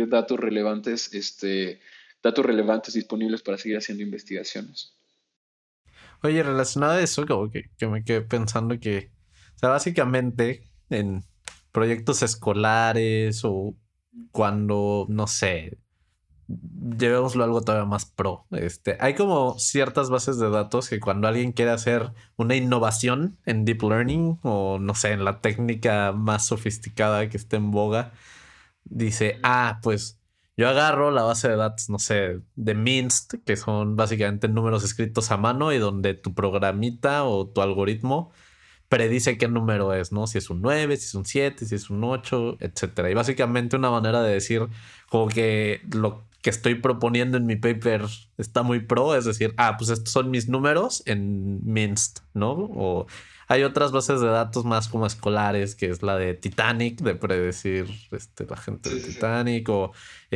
datos relevantes disponibles para seguir haciendo investigaciones. Oye, relacionado a eso, como que me quedé pensando que, o sea, básicamente en proyectos escolares o cuando, no sé, llevémoslo a algo todavía más pro. Hay como ciertas bases de datos que cuando alguien quiere hacer una innovación en deep learning o no sé, en la técnica más sofisticada que esté en boga, dice, pues yo agarro la base de datos, no sé, de Minst, que son básicamente números escritos a mano y donde tu programita o tu algoritmo predice qué número es, ¿no? Si es un 9, si es un 7, si es un 8, etcétera. Y básicamente una manera de decir como que lo que estoy proponiendo en mi paper está muy pro, es decir, pues estos son mis números en Minst, ¿no? O hay otras bases de datos más como escolares, que es la de Titanic, de predecir la gente Sí, de sí, sí. Titanic, o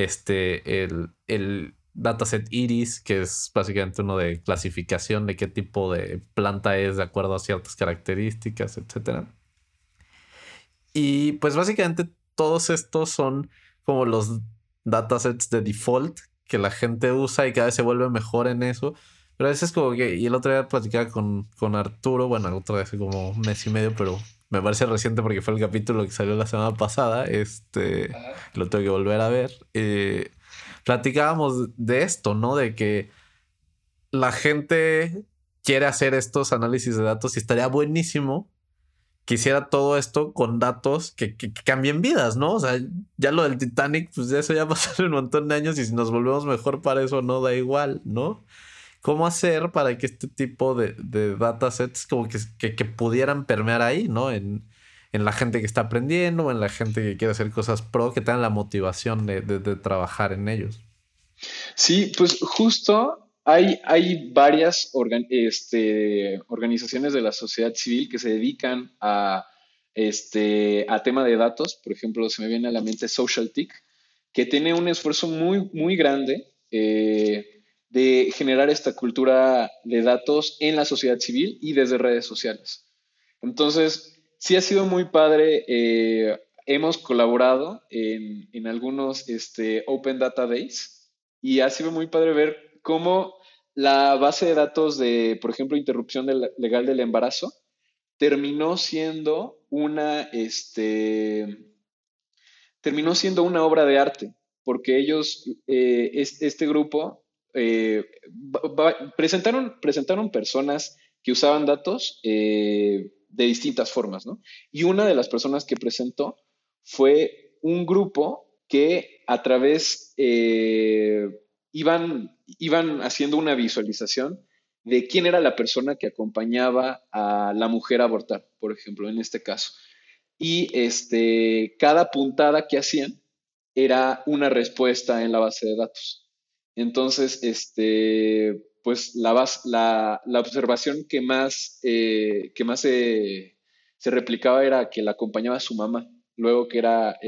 el dataset Iris, que es básicamente uno de clasificación de qué tipo de planta es de acuerdo a ciertas características, etcétera. Y pues básicamente todos estos son como los datasets de default que la gente usa y cada vez se vuelve mejor en eso. Pero a veces como que, y el otro día platicaba con Arturo, bueno, el otro día hace como un mes y medio, pero me parece reciente porque fue el capítulo que salió la semana pasada, Ajá. lo tengo que volver a ver. Platicábamos de esto, ¿no? De que la gente quiere hacer estos análisis de datos y estaría buenísimo que hiciera todo esto con datos que cambien vidas, ¿no? O sea, ya lo del Titanic, pues de eso ya pasaron un montón de años y si nos volvemos mejor para eso no da igual, ¿no? ¿Cómo hacer para que este tipo de datasets como que pudieran permear ahí, ¿no? En la gente que está aprendiendo o en la gente que quiere hacer cosas pro, que tengan la motivación de trabajar en ellos. Sí, pues justo hay varias organizaciones de la sociedad civil que se dedican a tema de datos. Por ejemplo, se me viene a la mente SocialTIC, que tiene un esfuerzo muy, muy grande de generar esta cultura de datos en la sociedad civil y desde redes sociales. Entonces, sí ha sido muy padre. Hemos colaborado en algunos Open Data Days y ha sido muy padre ver cómo la base de datos de, por ejemplo, legal del embarazo terminó siendo terminó siendo una obra de arte, porque este grupo, presentaron personas que usaban datos de distintas formas, ¿no? Y una de las personas que presentó fue un grupo que a través, iban haciendo una visualización de quién era la persona que acompañaba a la mujer a abortar, por ejemplo, en este caso. Y cada puntada que hacían era una respuesta en la base de datos. Entonces, pues la observación que más se replicaba era que la acompañaba su mamá, luego que era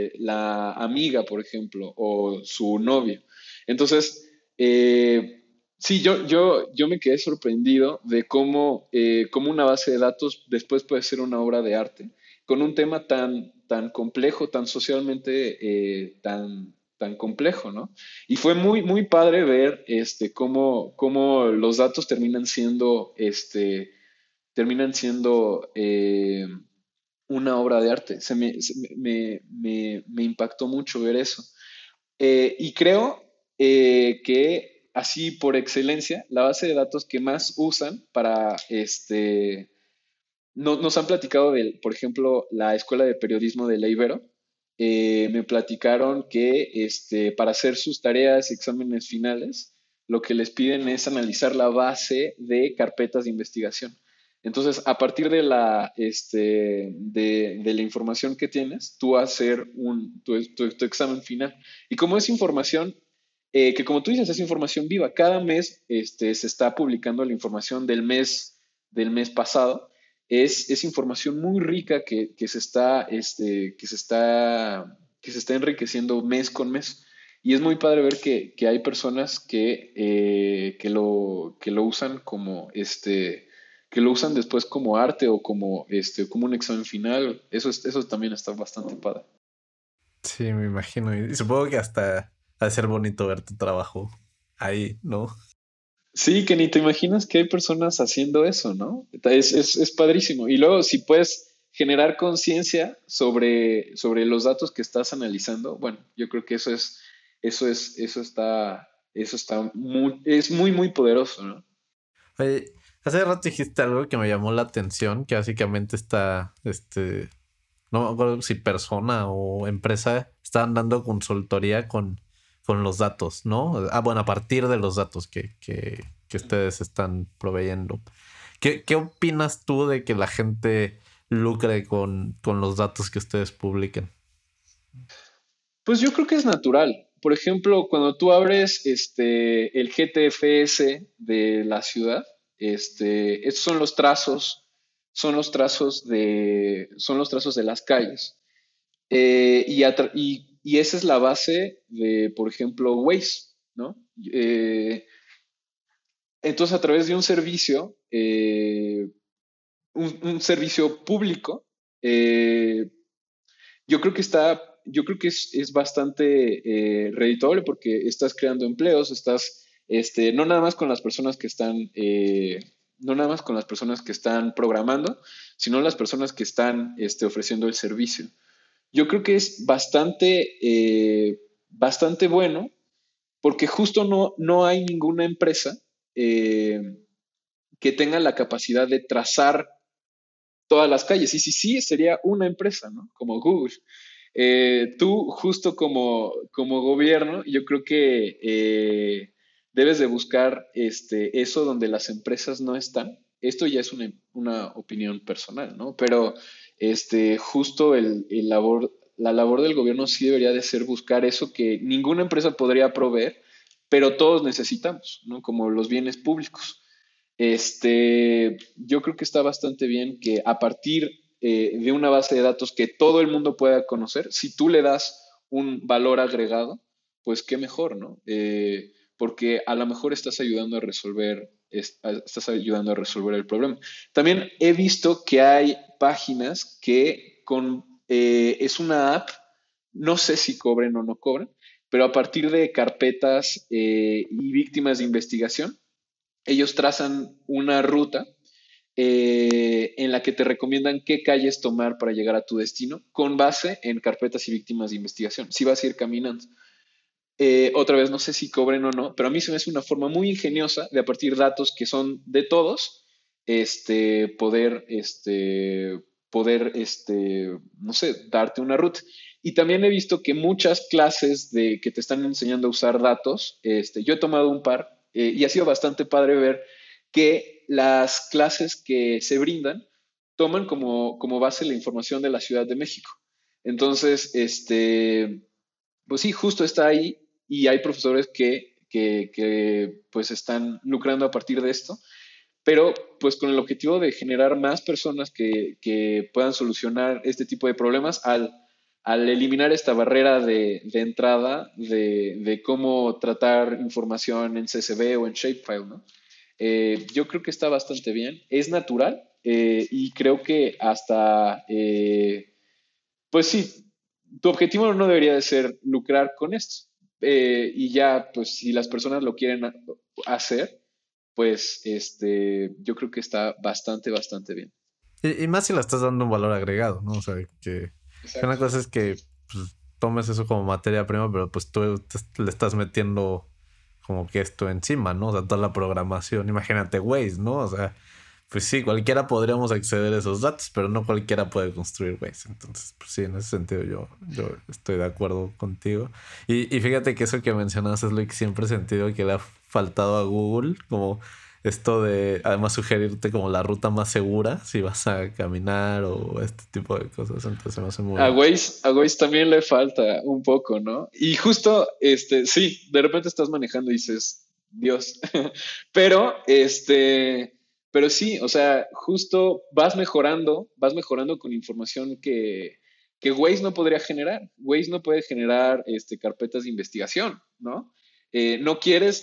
la amiga, por ejemplo, o su novio. Entonces, Sí, yo me quedé sorprendido de cómo una base de datos después puede ser una obra de arte, con un tema tan complejo, tan socialmente tan complejo, ¿no? Y fue muy padre ver cómo los datos terminan siendo una obra de arte. Me impactó mucho ver eso. Y creo que así por excelencia, la base de datos que más usan para nos han platicado de, por ejemplo, la Escuela de Periodismo de la Ibero. Me platicaron que para hacer sus tareas y exámenes finales, lo que les piden es analizar la base de carpetas de investigación. Entonces, a partir de la información que tienes, tú vas a hacer tu examen final. Y como es información, que como tú dices, es información viva, cada mes se está publicando la información del mes pasado. Es información muy rica que se está enriqueciendo mes con mes. Y es muy padre ver que hay personas que lo usan que lo usan después como arte o como un examen final. Eso también está bastante padre. Sí, me imagino. Y supongo que hasta ha de ser bonito ver tu trabajo ahí, ¿no? Sí, que ni te imaginas que hay personas haciendo eso, ¿no? Es padrísimo. Y luego, si puedes generar conciencia sobre los datos que estás analizando, bueno, yo creo que es muy poderoso, ¿no? Oye, hace rato dijiste algo que me llamó la atención, que básicamente está, no me acuerdo si persona o empresa estaban dando consultoría con los datos, ¿no? Ah, bueno, a partir de los datos que ustedes están proveyendo. ¿Qué opinas tú de que la gente lucre con los datos que ustedes publiquen? Pues yo creo que es natural. Por ejemplo, cuando tú abres el GTFS de la ciudad, estos son los trazos de las calles. Y esa es la base de, por ejemplo, Waze, ¿no? Eh, entonces, a través de un servicio público, eh, yo creo que es bastante redituable porque estás creando empleos, no nada más con las personas que están, no nada más con las personas que están programando, sino las personas que están ofreciendo el servicio. Yo creo que es bastante bueno porque justo no hay ninguna empresa eh, que tenga la capacidad de trazar todas las calles. Y si sí, sería una empresa, ¿no? Como Google. Tú, justo como gobierno, yo creo que debes de buscar eso donde las empresas no están. Esto ya es una opinión personal, ¿no? Pero justo la labor del gobierno sí debería de ser buscar eso que ninguna empresa podría proveer, pero todos necesitamos, ¿no? Como los bienes públicos. Yo creo que está bastante bien que a partir de una base de datos que todo el mundo pueda conocer, si tú le das un valor agregado, pues qué mejor, ¿no? Porque a lo mejor estás ayudando a resolver el problema. También he visto que hay páginas que es una app, no sé si cobren o no cobren, pero a partir de carpetas y víctimas de investigación, ellos trazan una ruta en la que te recomiendan qué calles tomar para llegar a tu destino con base en carpetas y víctimas de investigación. Si vas a ir caminando. Otra vez, no sé si cobren o no, pero a mí se me hace una forma muy ingeniosa de a partir de datos que son de todos, no sé, darte una ruta. Y también he visto que muchas clases que te están enseñando a usar datos, yo he tomado un par y ha sido bastante padre ver que las clases que se brindan toman como base la información de la Ciudad de México. Entonces, pues sí, justo está ahí y hay profesores que pues están lucrando a partir de esto, pero pues con el objetivo de generar más personas que puedan solucionar este tipo de problemas al eliminar esta barrera de entrada de cómo tratar información en CSV o en Shapefile, ¿no? Yo creo que está bastante bien, es natural y creo que hasta, pues sí, tu objetivo no debería de ser lucrar con esto. Y ya, pues si las personas lo quieren hacer, pues yo creo que está bastante, bastante bien. Y más si le estás dando un valor agregado, ¿no? O sea, que una Exacto. cosa es que pues, tomes eso como materia prima, pero pues tú le estás metiendo como que esto encima, ¿no? O sea, toda la programación. Imagínate Waze, ¿no? O sea, pues sí, cualquiera podríamos acceder a esos datos, pero no cualquiera puede construir Waze. Entonces, pues sí, en ese sentido yo estoy de acuerdo contigo. Y fíjate que eso que mencionas es lo que siempre he sentido que le ha faltado a Google, como esto de además sugerirte como la ruta más segura si vas a caminar o este tipo de cosas. Entonces se me hace muy... A Waze también le falta un poco, ¿no? Y justo, sí, de repente estás manejando y dices, Dios, pero, pero sí, o sea, justo vas mejorando con información que Waze no podría generar. Waze no puede generar, carpetas de investigación, ¿no? No quieres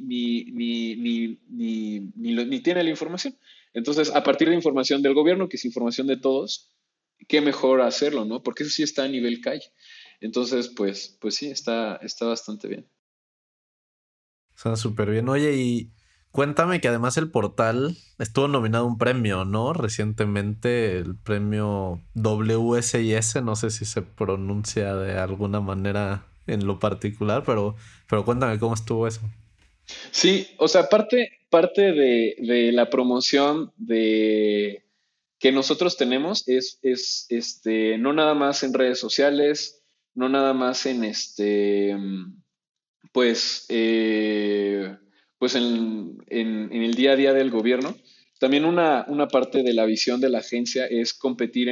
ni tiene la información. Entonces, a partir de información del gobierno, que es información de todos, qué mejor hacerlo, ¿no? Porque eso sí está a nivel calle. Entonces, pues sí, está bastante bien. Suena súper bien. Oye, y cuéntame que además el portal estuvo nominado a un premio, ¿no? Recientemente el premio WSIS, no sé si se pronuncia de alguna manera en lo particular, pero cuéntame cómo estuvo eso. Sí, o sea, parte de la promoción que nosotros tenemos es no nada más en redes sociales, no nada más en pues, pues en el día a día del gobierno. También una parte de la visión de la agencia es competir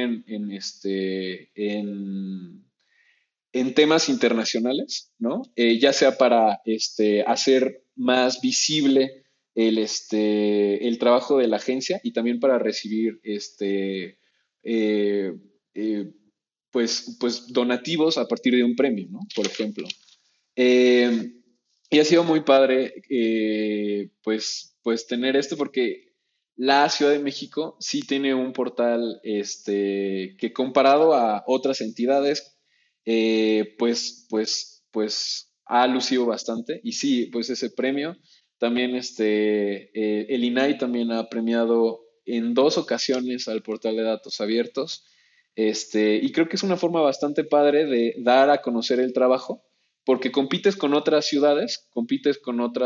en temas internacionales, ¿no? Ya sea para hacer más visible el trabajo de la agencia y también para recibir eh, eh, pues donativos a partir de un premio, ¿no? Por ejemplo. Eh, y ha sido muy padre, pues tener esto porque la Ciudad de México sí tiene un portal, que comparado a otras entidades, pues ha lucido bastante. Y sí, pues ese premio también, el INAI también ha premiado en 2 ocasiones al portal de datos abiertos. Y creo que es una forma bastante padre de dar a conocer el trabajo porque compites con otras ciudades, compites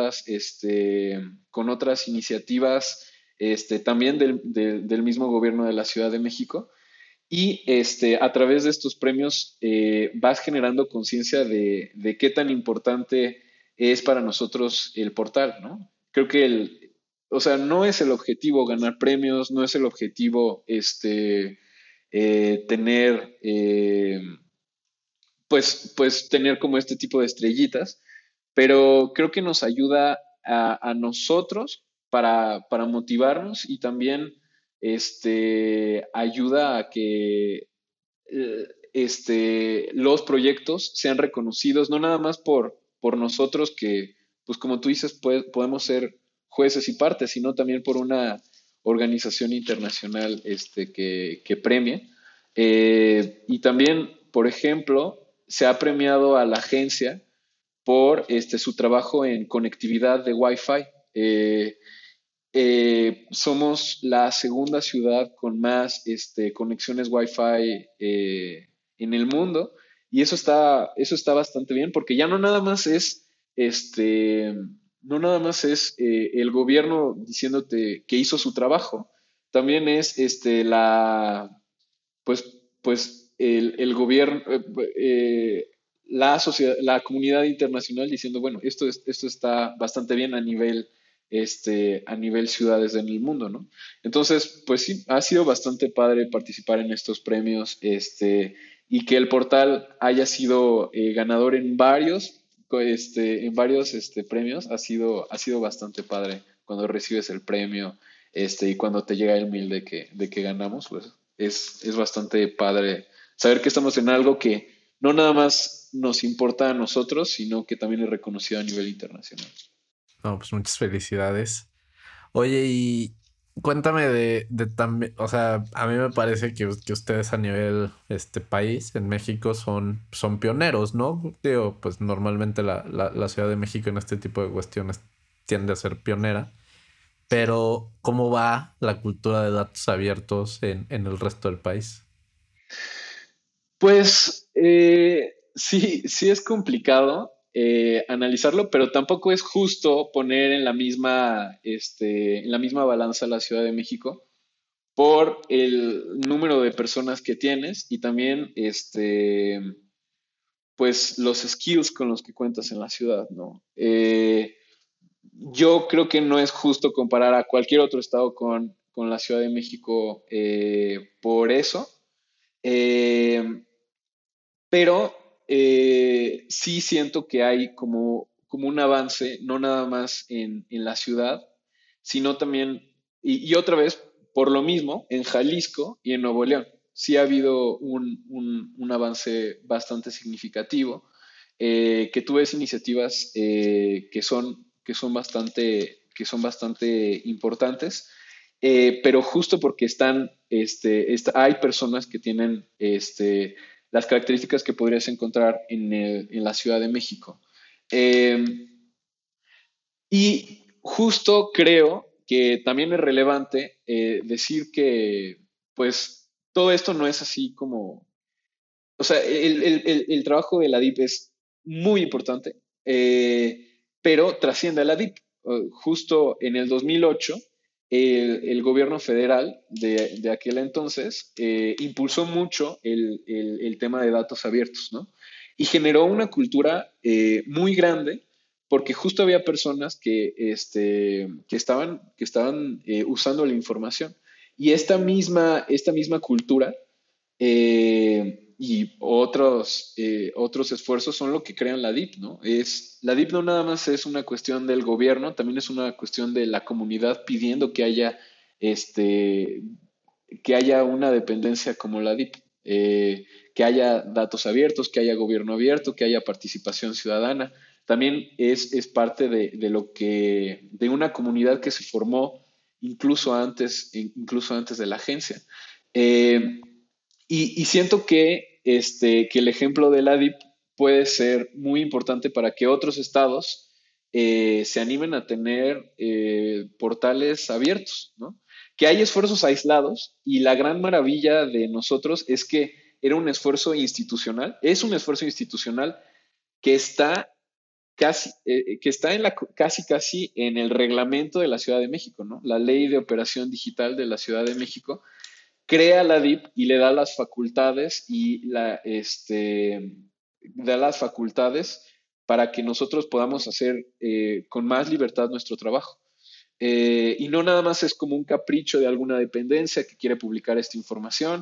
con otras iniciativas también del mismo gobierno de la Ciudad de México. Y a través de estos premios vas generando conciencia de qué tan importante es para nosotros el portal, ¿no? Creo que o sea, no es el objetivo ganar premios, no es el objetivo tener pues tener como este tipo de estrellitas, pero creo que nos ayuda a nosotros para motivarnos y también ayuda a que los proyectos sean reconocidos, no nada más por nosotros que, pues como tú dices, podemos ser jueces y partes, sino también por una organización internacional que premie. Y también, por ejemplo, se ha premiado a la agencia por su trabajo en conectividad de Wi-Fi. Somos la segunda ciudad con más conexiones Wi-Fi en el mundo y eso está bastante bien porque ya no nada más es el gobierno diciéndote que hizo su trabajo, también es pues el gobierno, la sociedad, la comunidad internacional diciendo, bueno, esto está bastante bien a nivel ciudades en el mundo, ¿no? Entonces, pues sí, ha sido bastante padre participar en estos premios, y que el portal haya sido ganador en varios premios, ha sido bastante padre cuando recibes el premio, y cuando te llega el mail de que ganamos, pues es bastante padre Saber que estamos en algo que no nada más nos importa a nosotros, sino que también es reconocido a nivel internacional. No, pues muchas felicidades. Oye, y cuéntame de también, o sea, a mí me parece que ustedes a nivel país, en México, son pioneros, ¿no? Digo, pues normalmente la Ciudad de México en este tipo de cuestiones tiende a ser pionera, Sí. pero ¿cómo va la cultura de datos abiertos en el resto del país? Pues sí, sí es complicado analizarlo, pero tampoco es justo poner en la misma balanza la Ciudad de México por el número de personas que tienes y también pues los skills con los que cuentas en la ciudad, ¿no? Yo creo que no es justo comparar a cualquier otro estado con la Ciudad de México por eso. Eh, pero sí siento que hay como un avance, no nada más en la ciudad, sino también, y otra vez, por lo mismo, en Jalisco y en Nuevo León. Sí ha habido un avance bastante significativo, que tú ves iniciativas que son bastante importantes, pero justo porque hay personas que tienen las características que podrías encontrar en la Ciudad de México. Eh, y justo creo que también es relevante decir que, pues, todo esto no es así como, o sea, el trabajo de la DIP es muy importante, pero trasciende a la DIP. Justo en el 2008, el gobierno federal de aquel entonces impulsó mucho el tema de datos abiertos, ¿no? Y generó una cultura muy grande porque justo había personas que estaban usando la información. Y esta misma cultura y otros esfuerzos son lo que crean la DIP, ¿no? La DIP no nada más es una cuestión del gobierno, también es una cuestión de la comunidad pidiendo este, que haya una dependencia como la DIP, que haya datos abiertos, que haya gobierno abierto, que haya participación ciudadana. También es parte de una comunidad que se formó incluso antes de la agencia. Eh, y siento que el ejemplo de la DIP puede ser muy importante para que otros estados se animen a tener portales abiertos, ¿no? Que hay esfuerzos aislados y la gran maravilla de nosotros es que era un esfuerzo institucional, es un esfuerzo institucional que está casi en el reglamento de la Ciudad de México, ¿no? La Ley de Operación Digital de la Ciudad de México crea la DIP y le da las facultades da las facultades para que nosotros podamos hacer con más libertad nuestro trabajo. Y no nada más es como un capricho de alguna dependencia que quiere publicar esta información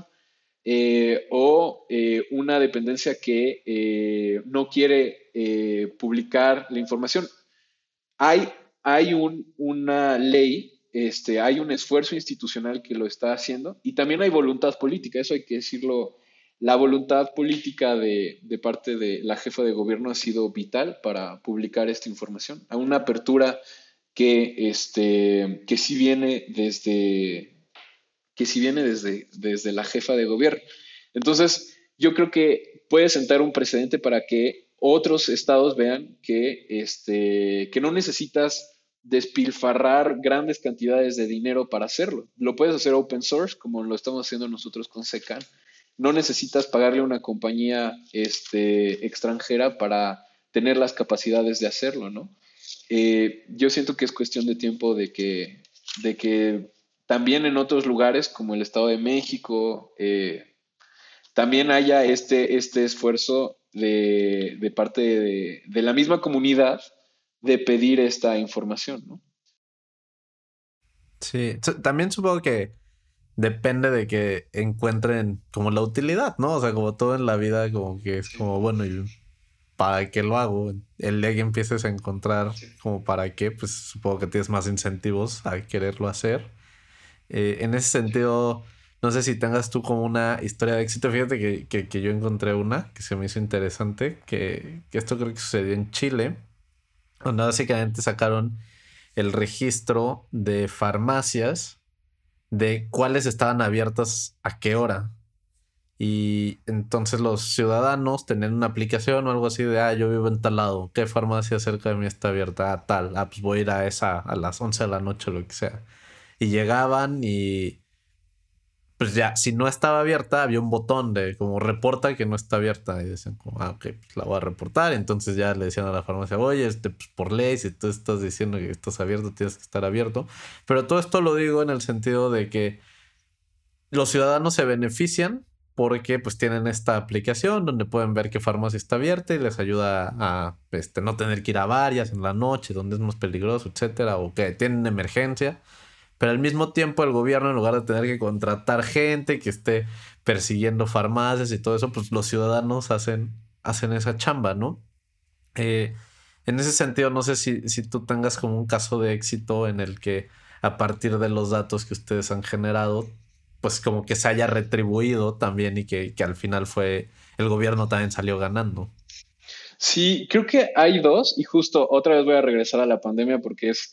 o una dependencia que no quiere publicar la información. Hay, hay una ley, hay un esfuerzo institucional que lo está haciendo y también hay voluntad política, eso hay que decirlo. La voluntad política de parte de la jefa de gobierno ha sido vital para publicar esta información. A una apertura que sí viene desde la jefa de gobierno. Entonces, yo creo que puede sentar un precedente para que otros estados vean que no necesitas despilfarrar grandes cantidades de dinero para hacerlo. Lo puedes hacer open source, como lo estamos haciendo nosotros con SECAN. No necesitas pagarle a una compañía extranjera para tener las capacidades de hacerlo, ¿no? Yo siento que es cuestión de tiempo de que también en otros lugares como el Estado de México también haya este esfuerzo de parte de la misma comunidad de pedir esta información, ¿no? Sí, también supongo que depende de que encuentren como la utilidad, ¿no? O sea, como todo en la vida, como que es Sí, como, bueno, ¿y para qué lo hago? El día que empieces a encontrar sí, como para qué, pues supongo que tienes más incentivos a quererlo hacer. En ese sí. sentido, No sé si tengas tú como una historia de éxito. Fíjate que yo encontré una que se me hizo interesante, que esto creo que sucedió en Chile, donde básicamente sacaron el registro de farmacias de cuáles estaban abiertas a qué hora. Y entonces los ciudadanos tenían una aplicación o algo así de, yo vivo en tal lado, ¿qué farmacia cerca de mí está abierta? Tal, pues voy a ir a esa a las 11 de la noche o lo que sea. Y llegaban y pues ya, si no estaba abierta, había un botón de como reporta que no está abierta. Y decían como, ok, pues la voy a reportar. Entonces ya le decían a la farmacia, oye, pues por ley, si tú estás diciendo que estás abierto, tienes que estar abierto. Pero todo esto lo digo en el sentido de que los ciudadanos se benefician porque pues tienen esta aplicación donde pueden ver qué farmacia está abierta y les ayuda a no tener que ir a varias en la noche, donde es más peligroso, etcétera, o que tienen emergencia. Pero al mismo tiempo el gobierno, en lugar de tener que contratar gente que esté persiguiendo farmacias y todo eso, pues los ciudadanos hacen esa chamba, ¿no? Eh, en ese sentido, no sé si tú tengas como un caso de éxito en el que a partir de los datos que ustedes han generado, pues como que se haya retribuido también y que al final fue, el gobierno también salió ganando. Sí, creo que hay dos y justo otra vez voy a regresar a la pandemia porque es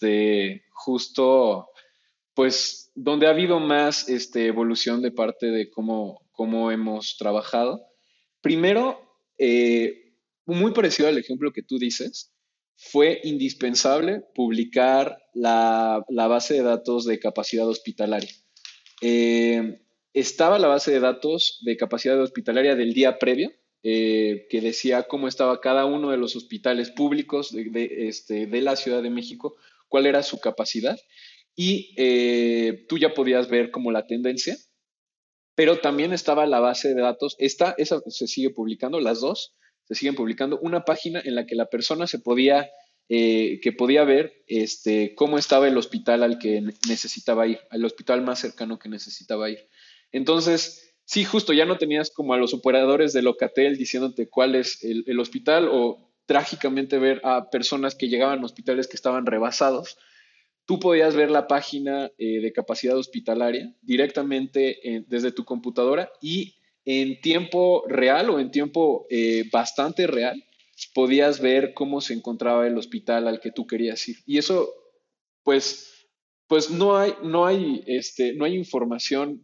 justo pues donde ha habido más evolución de parte de cómo hemos trabajado. Primero, muy parecido al ejemplo que tú dices, fue indispensable publicar la base de datos de capacidad hospitalaria. Eh, Estaba la base de datos de capacidad hospitalaria del día previo, que decía cómo estaba cada uno de los hospitales públicos de la Ciudad de México, cuál era su capacidad, y tú ya podías ver como la tendencia, pero también estaba la base de datos, esa se sigue publicando, las dos se siguen publicando, una página en la que la persona que podía ver cómo estaba el hospital al que necesitaba ir, al hospital más cercano que necesitaba ir. Entonces, sí, justo ya no tenías como a los operadores de Locatel diciéndote cuál es el hospital o trágicamente ver a personas que llegaban a hospitales que estaban rebasados. Tú podías ver la página de capacidad hospitalaria directamente desde tu computadora y en tiempo real o en tiempo bastante real podías ver cómo se encontraba el hospital al que tú querías ir. Y eso, pues, pues no hay información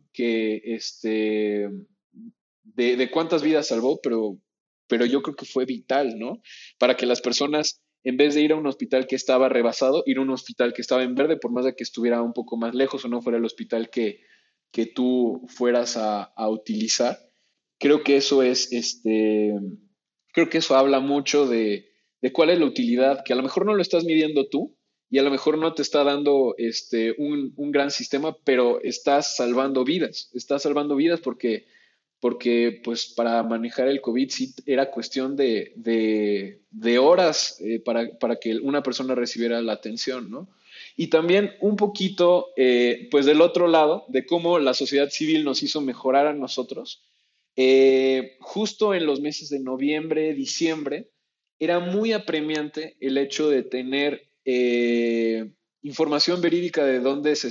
de cuántas vidas salvó, pero yo creo que fue vital, ¿no? Para que las personas, en vez de ir a un hospital que estaba rebasado, ir a un hospital que estaba en verde, por más de que estuviera un poco más lejos o no fuera el hospital que tú fueras a utilizar. Creo que eso creo que eso habla mucho de cuál es la utilidad, que a lo mejor no lo estás midiendo tú, y a lo mejor no te está dando un gran sistema, pero estás salvando vidas porque pues para manejar el COVID sí era cuestión de horas para que una persona recibiera la atención, ¿no? Y también un poquito, pues del otro lado, de cómo la sociedad civil nos hizo mejorar a nosotros. Justo en los meses de noviembre, diciembre, era muy apremiante el hecho de tener información verídica de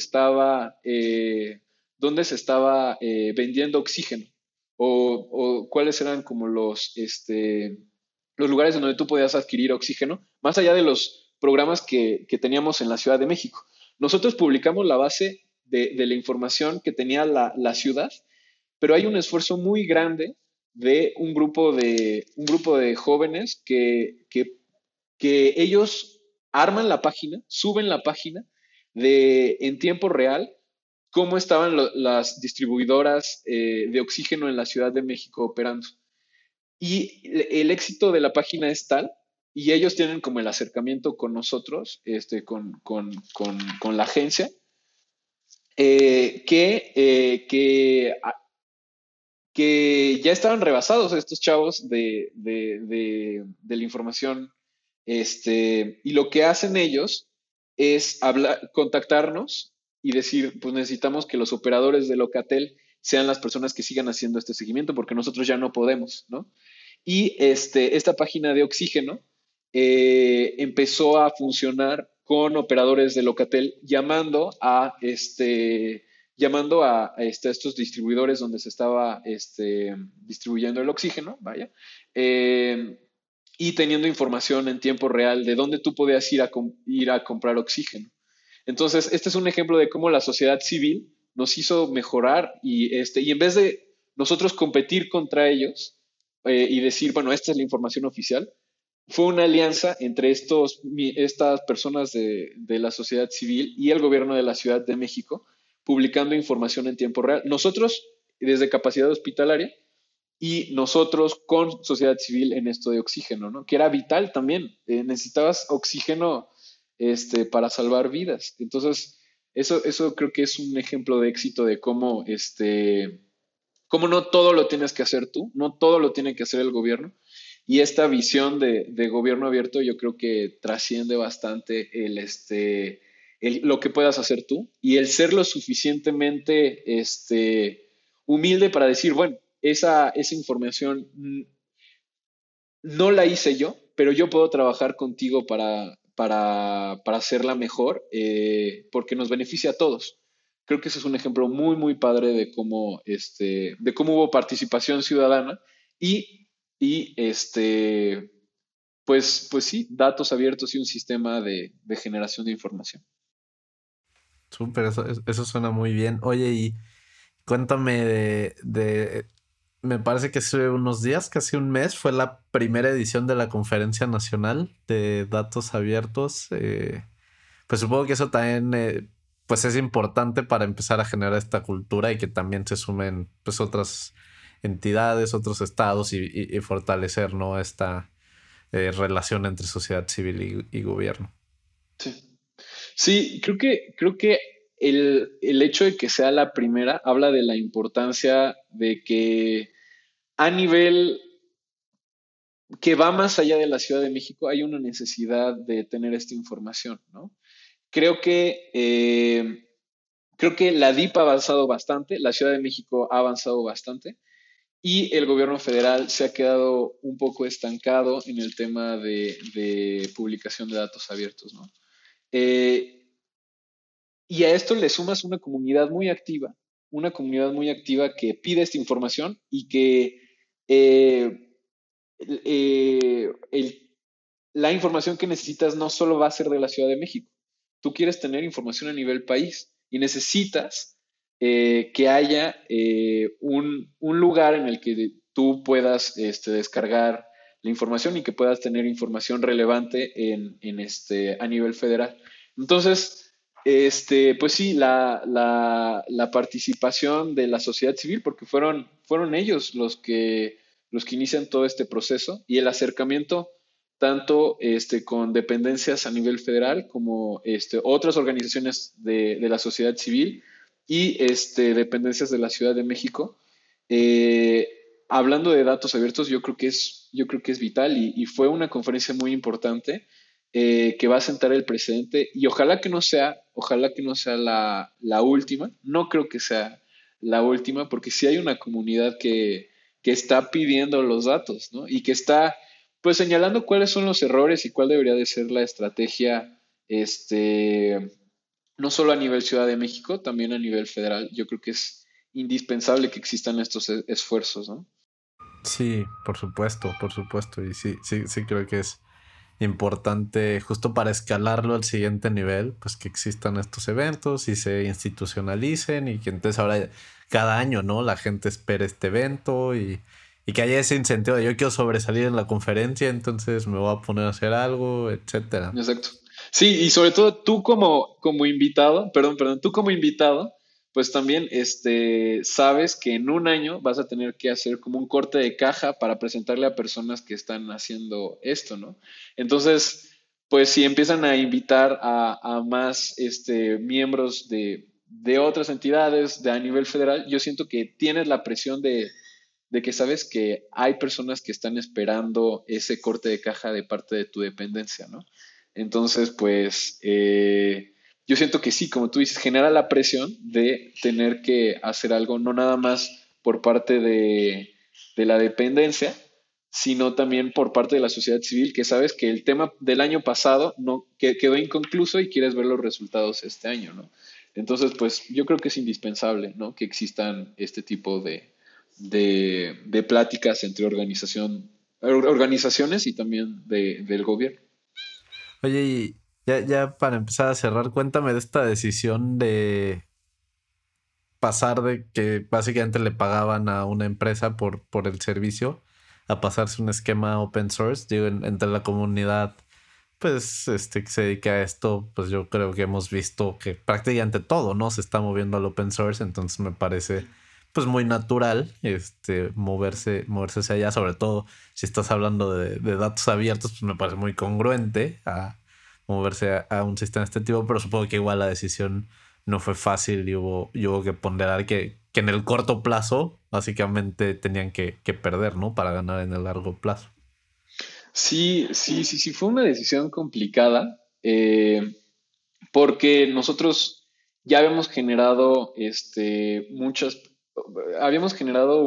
dónde se estaba vendiendo oxígeno o cuáles eran como los lugares en donde tú podías adquirir oxígeno, más allá de los programas que teníamos en la Ciudad de México. Nosotros publicamos la base de la información que tenía la ciudad, pero hay un esfuerzo muy grande de un grupo de jóvenes que ellos arman la página, suben la página en tiempo real cómo estaban las distribuidoras de oxígeno en la Ciudad de México operando. Y el éxito de la página es tal, y ellos tienen como el acercamiento con nosotros, con la agencia, que ya estaban rebasados estos chavos de la información. Y lo que hacen ellos es contactarnos y decir, pues necesitamos que los operadores de Locatel sean las personas que sigan haciendo este seguimiento porque nosotros ya no podemos, ¿no? Y esta página de oxígeno empezó a funcionar con operadores de Locatel llamando a estos distribuidores donde se estaba distribuyendo el oxígeno, vaya, eh, y teniendo información en tiempo real de dónde tú podías ir a comprar oxígeno. Entonces, este es un ejemplo de cómo la sociedad civil nos hizo mejorar y en vez de nosotros competir contra ellos y decir, bueno, esta es la información oficial, fue una alianza entre estas personas de la sociedad civil y el gobierno de la Ciudad de México, publicando información en tiempo real. Nosotros, desde capacidad hospitalaria, y nosotros con sociedad civil en esto de oxígeno, ¿no? Que era vital también. Necesitabas oxígeno para salvar vidas. Entonces, eso creo que es un ejemplo de éxito de cómo no todo lo tienes que hacer tú, no todo lo tiene que hacer el gobierno. Y esta visión de gobierno abierto yo creo que trasciende bastante lo que puedas hacer tú y el ser lo suficientemente humilde para decir, bueno, esa información no la hice yo, pero yo puedo trabajar contigo para hacerla mejor porque nos beneficia a todos. Creo que ese es un ejemplo muy, muy padre de cómo hubo participación ciudadana y pues sí, datos abiertos y un sistema de generación de información. Súper, eso suena muy bien. Oye, y cuéntame me parece que hace unos días, casi un mes, fue la primera edición de la Conferencia Nacional de Datos Abiertos. Pues supongo que eso también pues es importante para empezar a generar esta cultura y que también se sumen pues otras entidades, otros estados y fortalecer, ¿no? Esta relación entre sociedad civil y gobierno. Sí. Sí, creo que el hecho de que sea la primera habla de la importancia de que a nivel que va más allá de la Ciudad de México hay una necesidad de tener esta información, ¿no? Creo que, eh, creo que la DIP ha avanzado bastante, la Ciudad de México ha avanzado bastante y el gobierno federal se ha quedado un poco estancado en el tema de publicación de datos abiertos, ¿no? Eh, Y a esto le sumas una comunidad muy activa que pide esta información y que eh, la información que necesitas no solo va a ser de la Ciudad de México. Tú quieres tener información a nivel país y necesitas que haya un lugar en el que tú puedas descargar la información y que puedas tener información relevante a nivel federal. Entonces, pues sí, la participación de la sociedad civil, porque fueron ellos los que inician todo este proceso y el acercamiento tanto con dependencias a nivel federal como otras organizaciones de la sociedad civil y dependencias de la Ciudad de México. Eh, Hablando de datos abiertos, yo creo que es vital y fue una conferencia muy importante que va a sentar el precedente y ojalá que no sea la última. No creo que sea la última porque sí hay una comunidad que está pidiendo los datos, ¿no? Y que está pues señalando cuáles son los errores y cuál debería de ser la estrategia, no solo a nivel Ciudad de México, también a nivel federal. Yo creo que es indispensable que existan estos esfuerzos, ¿no? Sí, por supuesto, por supuesto. Y sí, sí, sí creo que es importante justo para escalarlo al siguiente nivel, pues que existan estos eventos y se institucionalicen y que entonces ahora cada año, ¿no? La gente espera este evento y que haya ese incentivo de yo quiero sobresalir en la conferencia, entonces me voy a poner a hacer algo, etcétera. Exacto. Sí, y sobre todo tú como invitado, perdón, tú como invitado, pues también sabes que en un año vas a tener que hacer como un corte de caja para presentarle a personas que están haciendo esto, ¿no? Entonces, pues si empiezan a invitar a más miembros de otras entidades a nivel federal, yo siento que tienes la presión de que sabes que hay personas que están esperando ese corte de caja de parte de tu dependencia, ¿no? Entonces, pues yo siento que sí, como tú dices, genera la presión de tener que hacer algo, no nada más por parte de la dependencia, sino también por parte de la sociedad civil, que sabes que el tema del año pasado no, que quedó inconcluso y quieres ver los resultados este año, ¿no? Entonces, pues yo creo que es indispensable, ¿no? Que existan este tipo de pláticas entre organizaciones y también del gobierno. Oye, y ya para empezar a cerrar, cuéntame de esta decisión de pasar de que básicamente le pagaban a una empresa por el servicio a pasarse un esquema open source, digo, entre la comunidad, pues, que se dedica a esto, pues yo creo que hemos visto que prácticamente todo, ¿no? Se está moviendo al open source, entonces me parece, pues, muy natural, moverse hacia allá, sobre todo si estás hablando de datos abiertos, pues me parece muy congruente a moverse a un sistema de este tipo, pero supongo que igual la decisión no fue fácil y hubo que ponderar que en el corto plazo básicamente tenían que perder, ¿no? Para ganar en el largo plazo. Sí, sí, sí, sí, fue una decisión complicada, porque nosotros ya habíamos generado habíamos generado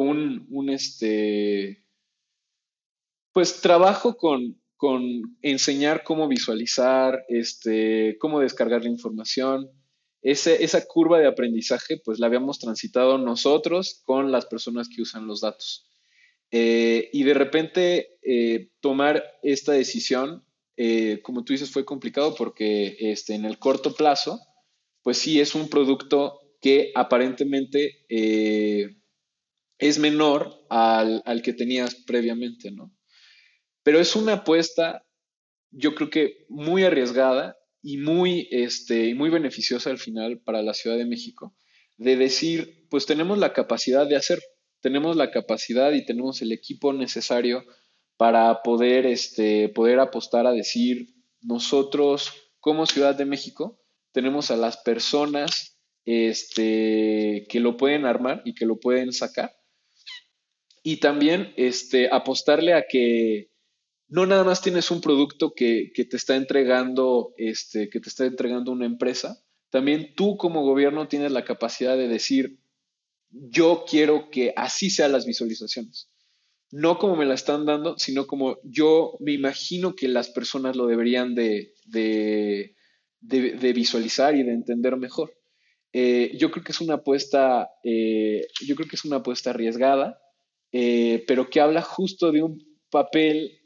pues trabajo con enseñar cómo visualizar, cómo descargar la información. Esa curva de aprendizaje, pues la habíamos transitado nosotros con las personas que usan los datos. Y de repente tomar esta decisión, como tú dices, fue complicado porque en el corto plazo, pues sí es un producto que aparentemente es menor al que tenías previamente, ¿no? Pero es una apuesta, yo creo que muy arriesgada y muy beneficiosa al final para la Ciudad de México, de decir, pues tenemos la capacidad de hacer, tenemos la capacidad y tenemos el equipo necesario para poder apostar a decir, nosotros como Ciudad de México tenemos a las personas que lo pueden armar y que lo pueden sacar. Y también apostarle a que no nada más tienes un producto que te está entregando una empresa, también tú como gobierno tienes la capacidad de decir, yo quiero que así sean las visualizaciones. No como me la están dando, sino como yo me imagino que las personas lo deberían de visualizar y de entender mejor. Yo creo que es una apuesta arriesgada, pero que habla justo de un papel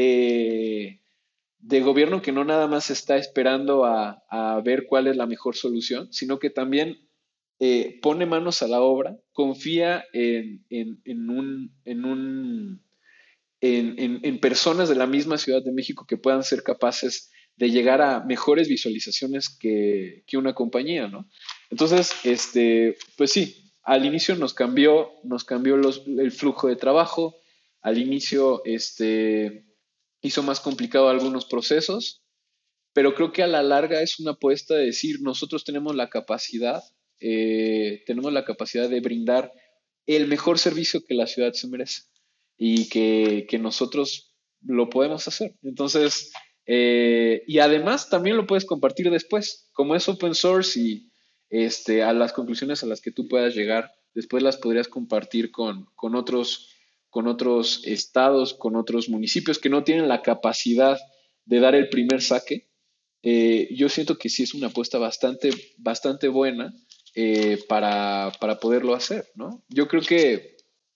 de gobierno que no nada más está esperando a ver cuál es la mejor solución, sino que también pone manos a la obra, confía en personas de la misma Ciudad de México que puedan ser capaces de llegar a mejores visualizaciones que una compañía, ¿no? Entonces, pues sí, al inicio nos cambió el flujo de trabajo, al inicio hizo más complicado algunos procesos, pero creo que a la larga es una apuesta de decir, nosotros tenemos la capacidad de brindar el mejor servicio que la ciudad se merece y que nosotros lo podemos hacer. Entonces, y además también lo puedes compartir después, como es open source y a las conclusiones a las que tú puedas llegar, después las podrías compartir con otros estados, con otros municipios que no tienen la capacidad de dar el primer saque. Yo siento que sí es una apuesta bastante, bastante buena para poderlo hacer, ¿no? Yo creo que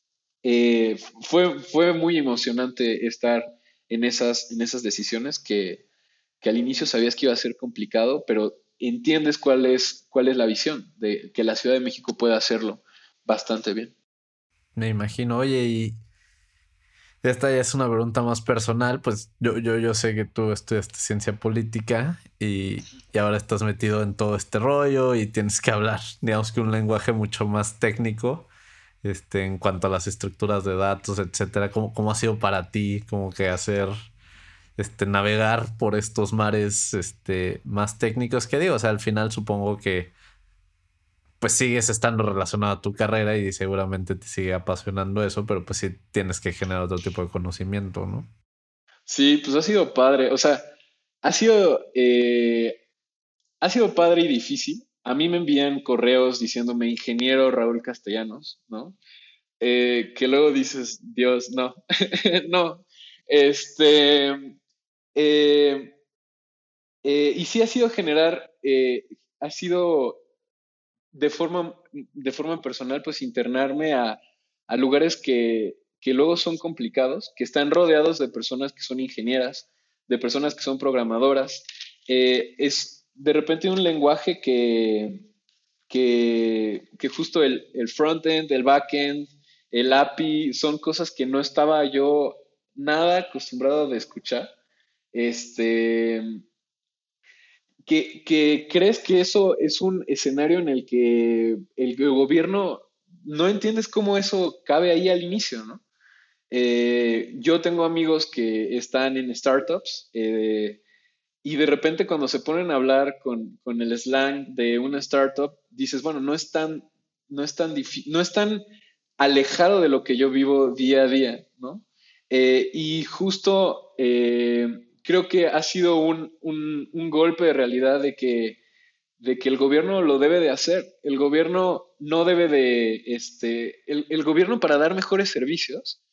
fue muy emocionante estar en esas decisiones que al inicio sabías que iba a ser complicado, pero entiendes cuál es la visión de que la Ciudad de México pueda hacerlo bastante bien. Me imagino, oye, y esta ya es una pregunta más personal, pues yo sé que tú estudiaste ciencia política y ahora estás metido en todo este rollo y tienes que hablar, digamos que un lenguaje mucho más técnico, en cuanto a las estructuras de datos, etcétera. ¿Cómo ha sido para ti como que hacer, navegar por estos mares, más técnicos? Que digo, o sea, al final supongo que pues sigues estando relacionado a tu carrera y seguramente te sigue apasionando eso, pero pues sí tienes que generar otro tipo de conocimiento, ¿no? Sí, pues ha sido padre. O sea, ha sido, eh, ha sido padre y difícil. A mí me envían correos diciéndome ingeniero Raúl Castellanos, ¿no? Que luego dices, Dios, no, no. Este, eh, y sí ha sido de forma personal, pues internarme a lugares que luego son complicados, que están rodeados de personas que son ingenieras, de personas que son programadoras. Es de repente un lenguaje que justo el frontend, el backend, el API, son cosas que no estaba yo nada acostumbrado de escuchar. Este, que crees que eso es un escenario en el que el gobierno no entiendes cómo eso cabe ahí al inicio, ¿no? Yo tengo amigos que están en startups y de repente cuando se ponen a hablar con el slang de una startup, dices, bueno, no es tan alejado de lo que yo vivo día a día, ¿no? Y justo creo que ha sido un golpe de realidad de que el gobierno lo debe de hacer. El gobierno no debe de, el gobierno para dar mejores servicios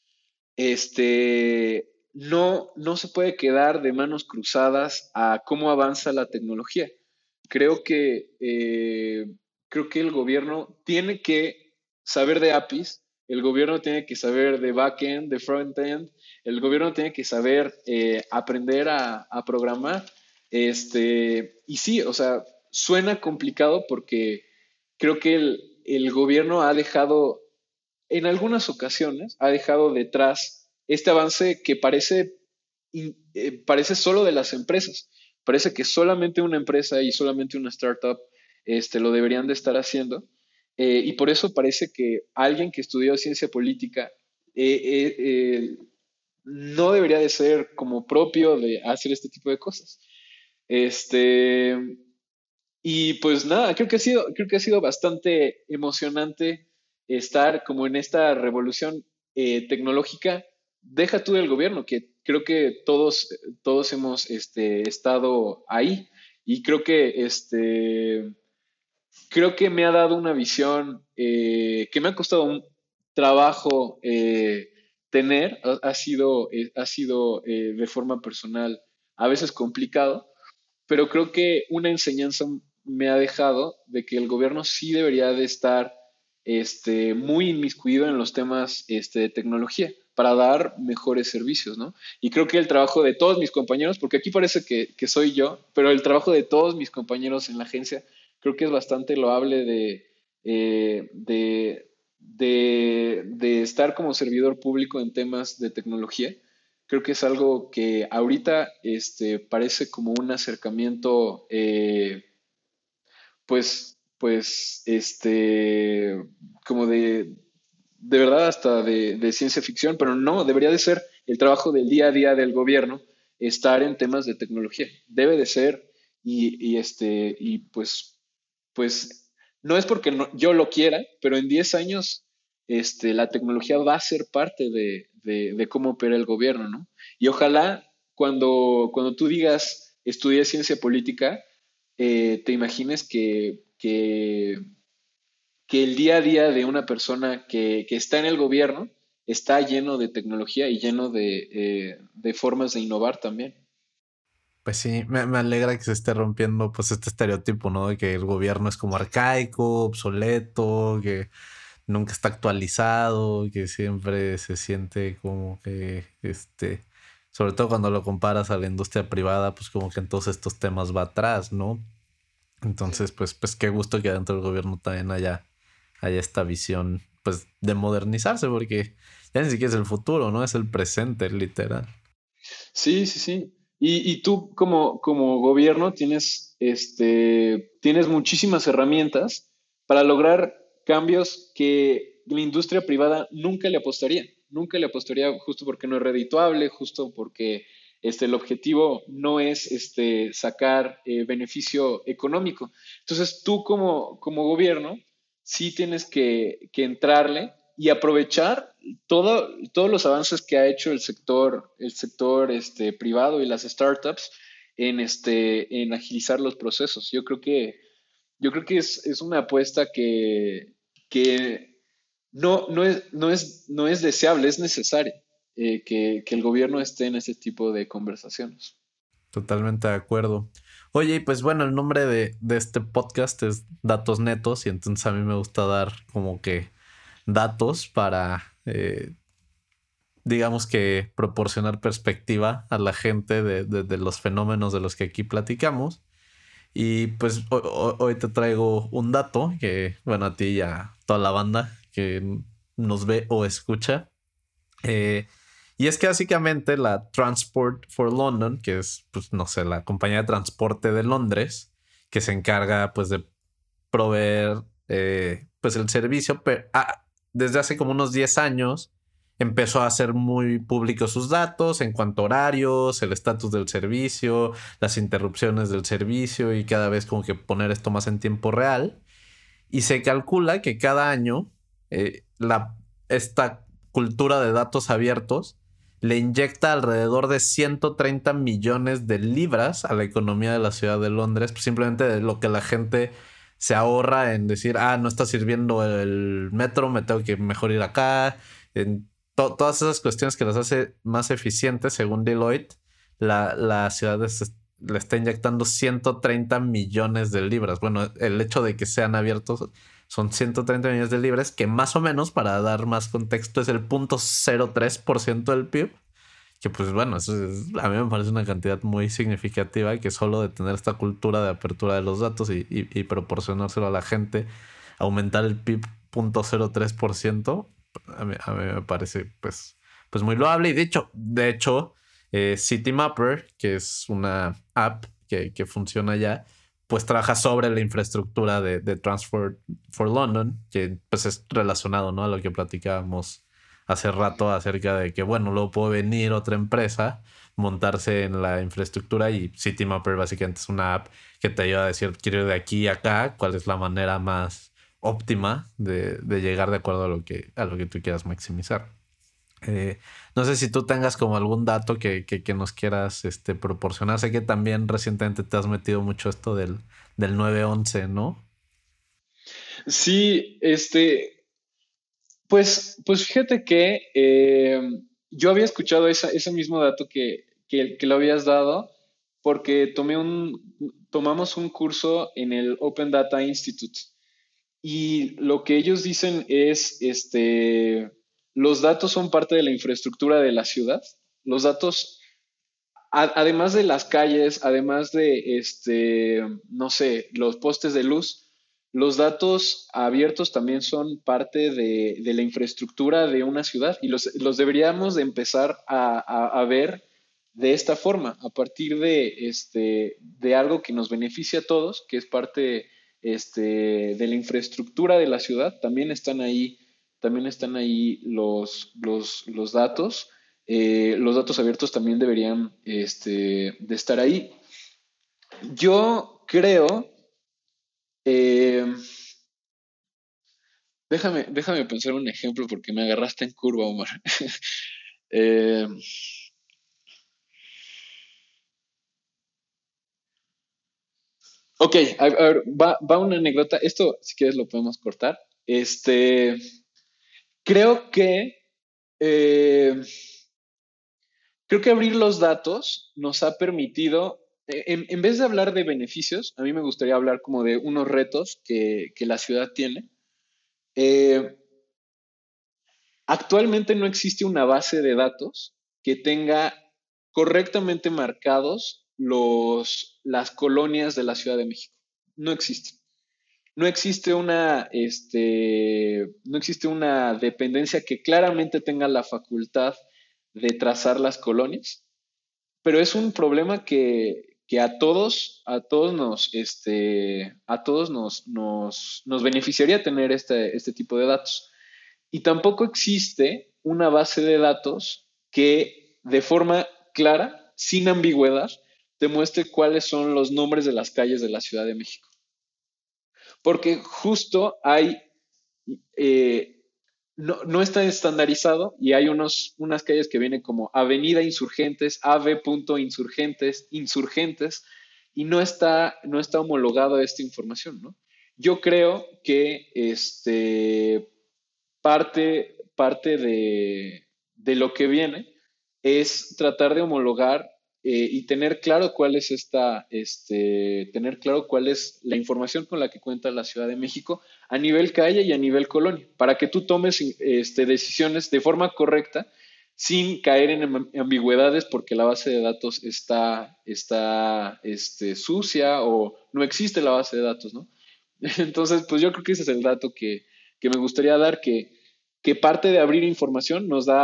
no se puede quedar de manos cruzadas a cómo avanza la tecnología. Creo que, eh, creo que el gobierno tiene que saber de APIs, el gobierno tiene que saber de backend, de frontend, el gobierno tiene que saber aprender a programar. Y sí, o sea, suena complicado porque creo que el gobierno ha dejado en algunas ocasiones ha dejado detrás este avance que parece solo de las empresas. Parece que solamente una empresa y solamente una startup lo deberían de estar haciendo. Y por eso parece que alguien que estudió ciencia política eh, eh, no debería de ser como propio de hacer este tipo de cosas. Este, y pues nada, creo que ha sido bastante emocionante estar como en esta revolución tecnológica. Deja tú del gobierno, que creo que todos hemos estado ahí. Y creo que me ha dado una visión que me ha costado un trabajo tener. Ha sido de forma personal a veces complicado, pero creo que una enseñanza me ha dejado de que el gobierno sí debería de estar muy inmiscuido en los temas de tecnología para dar mejores servicios, ¿no? Y creo que el trabajo de todos mis compañeros, porque aquí parece que soy yo, pero el trabajo de todos mis compañeros en la agencia creo que es bastante loable de estar como servidor público en temas de tecnología. Creo que es algo que ahorita parece como un acercamiento, como de verdad hasta de ciencia ficción, pero no, debería de ser el trabajo del día a día del gobierno estar en temas de tecnología. Debe de ser y pues no es porque yo lo quiera, pero en 10 años la tecnología va a ser parte de cómo opera el gobierno, ¿no? Y ojalá cuando tú digas estudié ciencia política, te imagines que el día a día de una persona que está en el gobierno está lleno de tecnología y lleno de formas de innovar también. Pues sí, me alegra que se esté rompiendo pues este estereotipo, ¿no? De que el gobierno es como arcaico, obsoleto, que nunca está actualizado, que siempre se siente como que, sobre todo cuando lo comparas a la industria privada, pues como que en todos estos temas va atrás, ¿no? Sí. Entonces, pues qué gusto que dentro del gobierno también haya esta visión, pues, de modernizarse, porque ya ni siquiera es el futuro, ¿no? Es el presente, literal. Sí, sí, sí. Y tú como gobierno tienes muchísimas herramientas para lograr cambios que la industria privada nunca le apostaría justo porque no es redituable, justo porque el objetivo no es sacar beneficio económico. Entonces tú como gobierno sí tienes que entrarle y aprovechar todos los avances que ha hecho el sector privado y las startups en agilizar los procesos. Yo creo que es una apuesta que no es deseable, es necesaria que el gobierno esté en ese tipo de conversaciones. Totalmente de acuerdo. Oye, y pues bueno, el nombre de este podcast es Datos Netos y entonces a mí me gusta dar como que datos para, digamos que proporcionar perspectiva a la gente de los fenómenos de los que aquí platicamos. Y pues hoy te traigo un dato que, bueno, a ti y a toda la banda que nos ve o escucha. Eh, y es que básicamente la Transport for London, que es, pues, no sé, la compañía de transporte de Londres, que se encarga, pues, de proveer, pues, el servicio, pero desde hace como unos 10 años empezó a hacer muy públicos sus datos en cuanto a horarios, el estatus del servicio, las interrupciones del servicio y cada vez como que poner esto más en tiempo real. Y se calcula que cada año esta cultura de datos abiertos le inyecta alrededor de 130 millones de libras a la economía de la ciudad de Londres, pues simplemente de lo que la gente se ahorra en decir, no está sirviendo el metro, me tengo que mejor ir acá. En todas esas cuestiones que las hace más eficientes, según Deloitte, la ciudad le está inyectando 130 millones de libras. Bueno, el hecho de que sean abiertos son 130 millones de libras, que más o menos, para dar más contexto, es el 0.03% del PIB. Que pues bueno, a mí me parece una cantidad muy significativa que solo de tener esta cultura de apertura de los datos y proporcionárselo a la gente, aumentar el PIB 0.03%, a mí me parece pues muy loable. Y de hecho Citymapper, que es una app que funciona ya, pues trabaja sobre la infraestructura de Transport for London, que pues es relacionado, ¿no?, a lo que platicábamos hace rato acerca de que, bueno, luego puede venir otra empresa, montarse en la infraestructura, y Citymapper básicamente es una app que te ayuda a decir, quiero ir de aquí a acá, cuál es la manera más óptima de llegar de acuerdo a lo que tú quieras maximizar. No sé si tú tengas como algún dato que nos quieras proporcionar. Sé que también recientemente te has metido mucho esto del 911, ¿no? Sí, pues fíjate que yo había escuchado ese mismo dato que lo habías dado porque tomamos un curso en el Open Data Institute y lo que ellos dicen es, los datos son parte de la infraestructura de la ciudad. Los datos, además de las calles, además de, no sé, los postes de luz, los datos abiertos también son parte de la infraestructura de una ciudad y los deberíamos de empezar a ver de esta forma, a partir de algo que nos beneficia a todos, que es parte de la infraestructura de la ciudad. También están ahí los datos. Los datos abiertos también deberían de estar ahí. Yo creo, eh, déjame pensar un ejemplo porque me agarraste en curva, Omar. Eh, ok, a ver, va una anécdota. Esto, si quieres, lo podemos cortar. Creo que eh, creo que abrir los datos nos ha permitido, en vez de hablar de beneficios, a mí me gustaría hablar como de unos retos que la ciudad tiene. Eh, Actualmente no existe una base de datos que tenga correctamente marcados las colonias de la Ciudad de México. No existe. No existe una dependencia que claramente tenga la facultad de trazar las colonias, pero es un problema que a todos nos beneficiaría tener este tipo de datos. Y tampoco existe una base de datos que de forma clara, sin ambigüedad, te muestre cuáles son los nombres de las calles de la Ciudad de México. Porque justo eh, no está estandarizado y hay unas calles que vienen como Avenida Insurgentes, Insurgentes, Insurgentes, y no está homologado esta información, ¿no? Yo creo que parte de lo que viene es tratar de homologar y tener claro cuál es tener claro cuál es la información con la que cuenta la Ciudad de México a nivel calle y a nivel colonia, para que tú tomes decisiones de forma correcta sin caer en ambigüedades porque la base de datos está sucia o no existe la base de datos, ¿no? Entonces, pues yo creo que ese es el dato que me gustaría dar, que parte de abrir información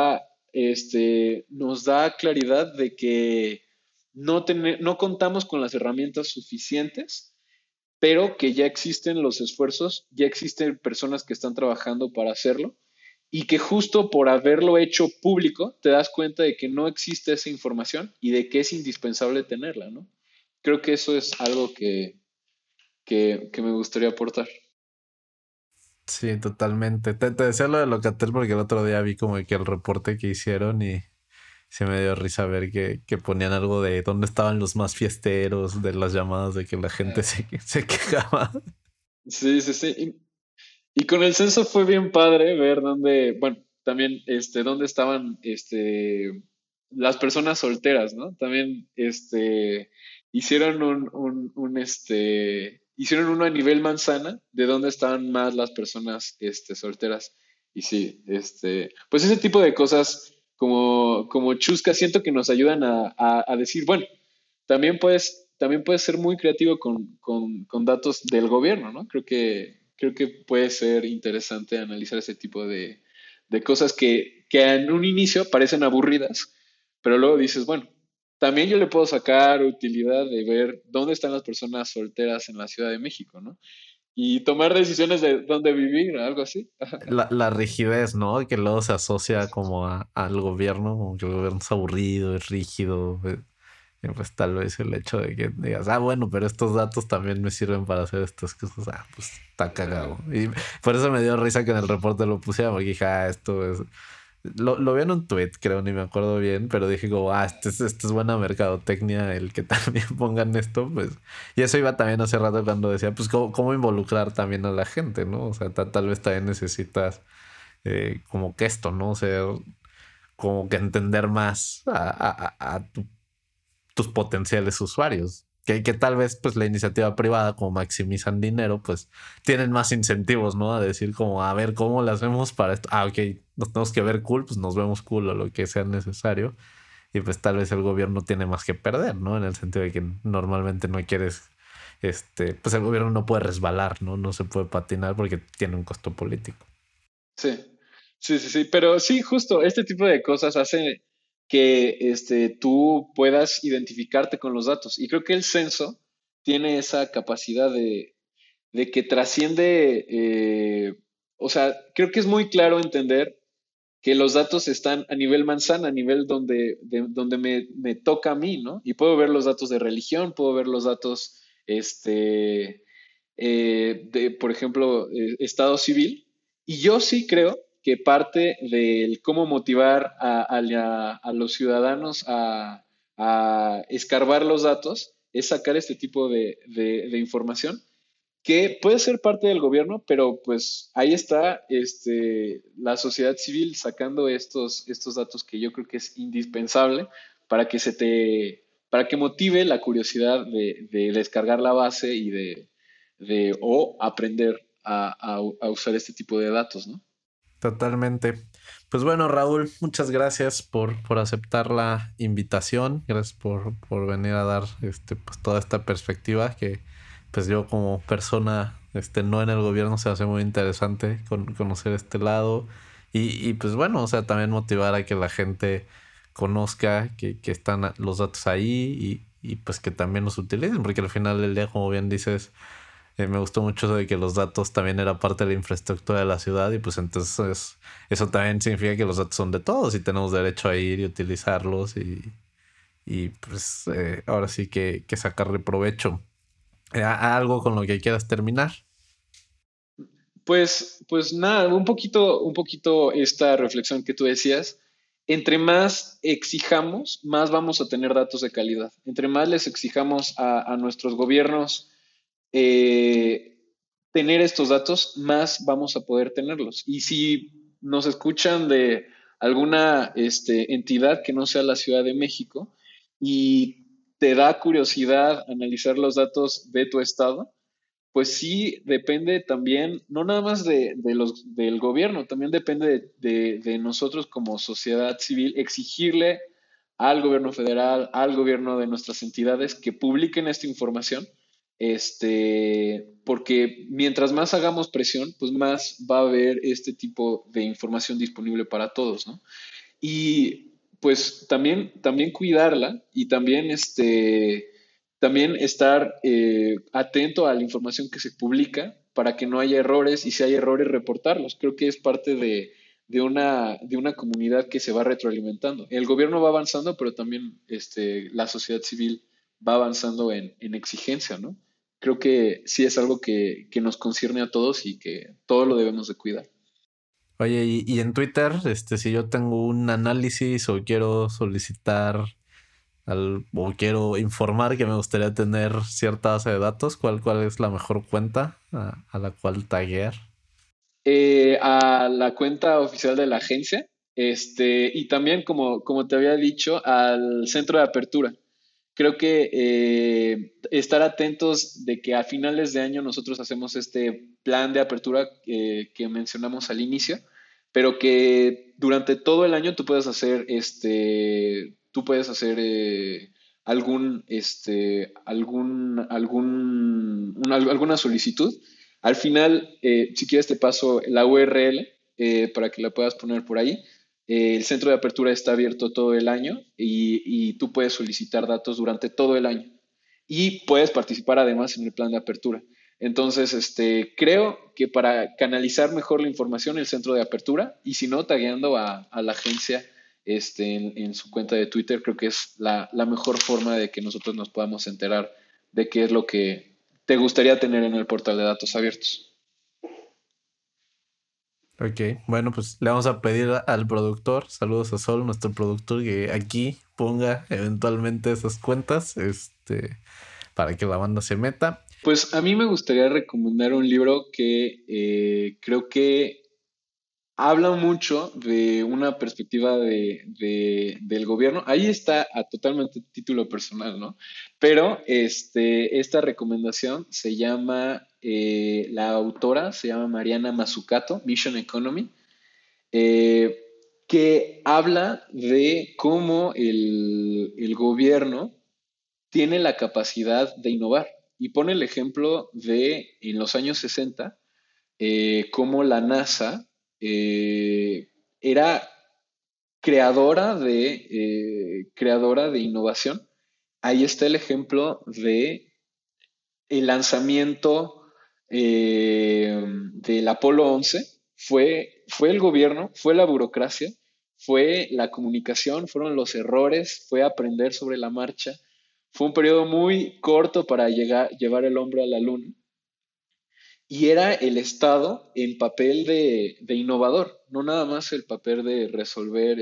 nos da claridad de que no contamos con las herramientas suficientes, pero que ya existen los esfuerzos, ya existen personas que están trabajando para hacerlo y que justo por haberlo hecho público te das cuenta de que no existe esa información y de que es indispensable tenerla, ¿no? Creo que eso es algo que me gustaría aportar. Sí, totalmente. Te decía lo de Locatel porque el otro día vi como que el reporte que hicieron y se me dio risa ver que ponían algo de dónde estaban los más fiesteros, de las llamadas de que la gente se quejaba. Sí, sí, sí. Y con el censo fue bien padre ver dónde, bueno, también, dónde estaban, las personas solteras, ¿no? También, hicieron hicieron uno a nivel manzana de dónde estaban más las personas, solteras. Y sí, pues ese tipo de cosas como chusca, siento que nos ayudan a decir, bueno, también puedes ser muy creativo con datos del gobierno, ¿no? Creo que puede ser interesante analizar ese tipo de cosas que en un inicio parecen aburridas, pero luego dices, bueno, también yo le puedo sacar utilidad de ver dónde están las personas solteras en la Ciudad de México, ¿no? Y tomar decisiones de dónde vivir, algo así. La rigidez, ¿no? Que luego se asocia como al gobierno, como que el gobierno es aburrido, es rígido. Y pues tal vez el hecho de que digas, ah, bueno, pero estos datos también me sirven para hacer estas cosas, ah, pues está cagado. Y por eso me dio risa que en el reporte lo pusiera, porque dije, ah, esto es. Lo vi en un tweet, creo, ni me acuerdo bien, pero dije como, ah, este es buena mercadotecnia, el que también pongan esto, pues. Y eso iba también hace rato cuando decía, pues, cómo involucrar también a la gente, ¿no? O sea, tal vez también necesitas como que esto, ¿no? O sea, como que entender más a tus potenciales usuarios. Que tal vez pues la iniciativa privada como maximizan dinero pues tienen más incentivos, ¿no? A decir como a ver cómo lo hacemos para esto. Ah, ok, nos tenemos que ver cool, pues nos vemos cool o lo que sea necesario. Y pues tal vez el gobierno tiene más que perder, ¿no? En el sentido de que normalmente no quieres, pues el gobierno no puede resbalar, ¿no? No se puede patinar porque tiene un costo político. Sí, sí, sí, sí, pero sí, justo este tipo de cosas hace que tú puedas identificarte con los datos. Y creo que el censo tiene esa capacidad de que trasciende, o sea, creo que es muy claro entender que los datos están a nivel manzana, a nivel donde me toca a mí, ¿no? Y puedo ver los datos de religión, puedo ver los datos, por ejemplo, estado civil. Y yo sí creo que parte del cómo motivar a los ciudadanos a escarbar los datos es sacar este tipo de información que puede ser parte del gobierno, pero pues ahí está la sociedad civil sacando estos datos que yo creo que es indispensable para para que motive la curiosidad de descargar la base y o aprender a usar este tipo de datos, ¿no? Totalmente. Pues bueno, Raúl, muchas gracias por aceptar la invitación. Gracias por venir a dar pues toda esta perspectiva que pues yo como persona no en el gobierno se hace muy interesante conocer este lado. Y pues bueno, o sea, también motivar a que la gente conozca que están los datos ahí y pues que también los utilicen, porque al final del día, como bien dices, me gustó mucho eso de que los datos también era parte de la infraestructura de la ciudad y pues entonces eso también significa que los datos son de todos y tenemos derecho a ir y utilizarlos y pues ahora sí que sacarle provecho. Algo con lo que quieras terminar. Pues nada, un poquito esta reflexión que tú decías. Entre más exijamos, más vamos a tener datos de calidad. Entre más les exijamos a nuestros gobiernos eh, tener estos datos, más vamos a poder tenerlos. Y si nos escuchan de alguna entidad que no sea la Ciudad de México y te da curiosidad analizar los datos de tu estado, pues sí depende también, no nada más del gobierno, también depende de nosotros como sociedad civil exigirle al gobierno federal, al gobierno de nuestras entidades que publiquen esta información, porque mientras más hagamos presión, pues más va a haber este tipo de información disponible para todos, ¿no? Y pues también cuidarla y también, también estar atento a la información que se publica para que no haya errores y si hay errores reportarlos. Creo que es parte de una comunidad que se va retroalimentando. El gobierno va avanzando, pero también la sociedad civil va avanzando en exigencia, ¿no? Creo que sí es algo que nos concierne a todos y que todo lo debemos de cuidar. Oye, y en Twitter, si yo tengo un análisis o quiero solicitar o quiero informar que me gustaría tener cierta base de datos, ¿cuál es la mejor cuenta a la cual taguear? A la cuenta oficial de la agencia, y también, como te había dicho, al centro de apertura. Creo que estar atentos de que a finales de año nosotros hacemos este plan de apertura que mencionamos al inicio, pero que durante todo el año tú puedes hacer alguna solicitud. Al final, si quieres, te paso la URL para que la puedas poner por ahí. El centro de apertura está abierto todo el año y tú puedes solicitar datos durante todo el año. Y puedes participar además en el plan de apertura. Entonces, creo que para canalizar mejor la información, el centro de apertura, y si no, tagueando a la agencia en su cuenta de Twitter, creo que es la mejor forma de que nosotros nos podamos enterar de qué es lo que te gustaría tener en el portal de datos abiertos. Ok, bueno, pues le vamos a pedir al productor, saludos a Sol, nuestro productor, que aquí ponga eventualmente esas cuentas, para que la banda se meta. Pues a mí me gustaría recomendar un libro que creo que habla mucho de una perspectiva del gobierno. Ahí está a totalmente título personal, ¿no? Pero esta recomendación la autora se llama Mariana Mazzucato, Mission Economy, eh, que habla de cómo el gobierno tiene la capacidad de innovar. Y pone el ejemplo de en los años 60 cómo la NASA era creadora de innovación. Ahí está el ejemplo de el lanzamiento del Apolo 11. Fue el gobierno, fue la burocracia, fue la comunicación, fueron los errores, fue aprender sobre la marcha. Fue un periodo muy corto para llevar el hombre a la luna y era el Estado en papel de innovador, no nada más el papel de resolver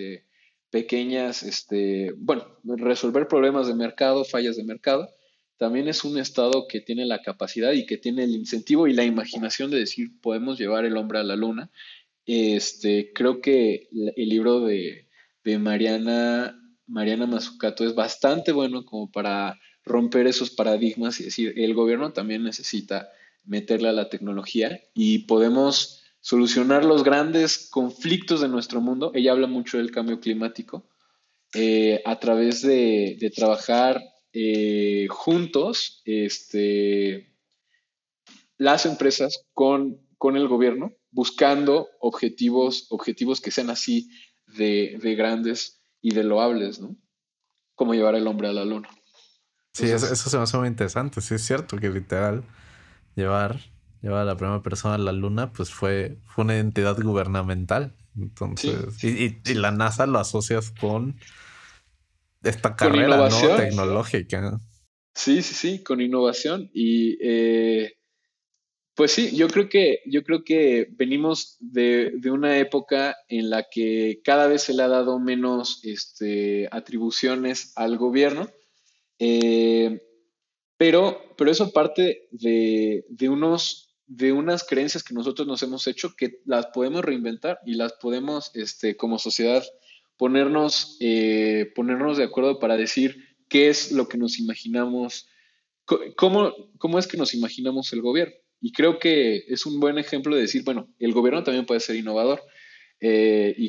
resolver problemas de mercado, fallas de mercado. También es un Estado que tiene la capacidad y que tiene el incentivo y la imaginación de decir, podemos llevar el hombre a la luna. Creo que el libro de Mariana Mazzucato es bastante bueno como para romper esos paradigmas y decir, el gobierno también necesita meterle a la tecnología y podemos solucionar los grandes conflictos de nuestro mundo. Ella habla mucho del cambio climático a través de trabajar juntos, las empresas con el gobierno, buscando objetivos que sean así de grandes y de loables, ¿no? Como llevar al hombre a la luna. Sí, eso, Entonces, eso se me hace muy interesante. Sí, es cierto que literal llevar, llevar a la primera persona a la luna, pues fue una entidad gubernamental. sí, Entonces, y la NASA lo asocias con esta con carrera, ¿no? innovación, Tecnológica. sí, sí, sí, con innovación. Y pues sí, yo creo que venimos de una época en la que cada vez se le ha dado menos atribuciones al gobierno. Eh, pero eso parte de unas creencias que nosotros nos hemos hecho que las podemos reinventar y las podemos, como sociedad, ponernos de acuerdo para decir qué es lo que nos imaginamos, cómo es que nos imaginamos el gobierno. Y creo que es un buen ejemplo de decir, bueno, el gobierno también puede ser innovador. Y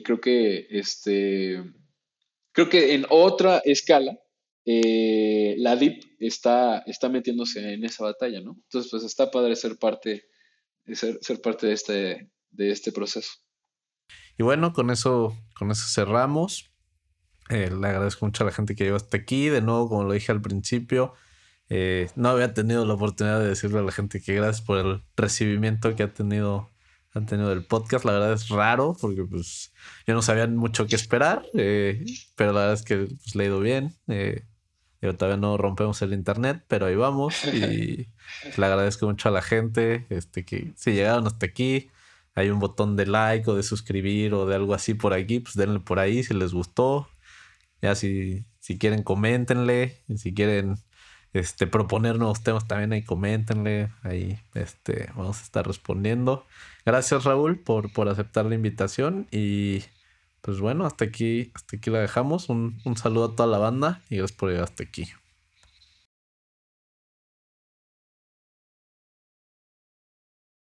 creo que en otra escala, la DIP está metiéndose en esa batalla, ¿no? Entonces, pues está padre ser parte de este proceso. Y bueno, con eso cerramos. Le agradezco mucho a la gente que llegó hasta aquí. De nuevo, como lo dije al principio, no había tenido la oportunidad de decirle a la gente que gracias por el recibimiento que han tenido el podcast. La verdad es raro porque pues yo no sabía mucho qué esperar, pero la verdad es que pues, le ha ido bien. Todavía no rompemos el internet, pero ahí vamos y le agradezco mucho a la gente que si llegaron hasta aquí, hay un botón de like o de suscribir o de algo así por aquí, pues denle por ahí si les gustó. Ya si quieren, coméntenle. Y si quieren proponer nuevos temas también ahí coméntenle. Ahí vamos a estar respondiendo. Gracias, Raúl, por aceptar la invitación. Y pues bueno, hasta aquí la dejamos. Un saludo a toda la banda y gracias por llegar hasta aquí.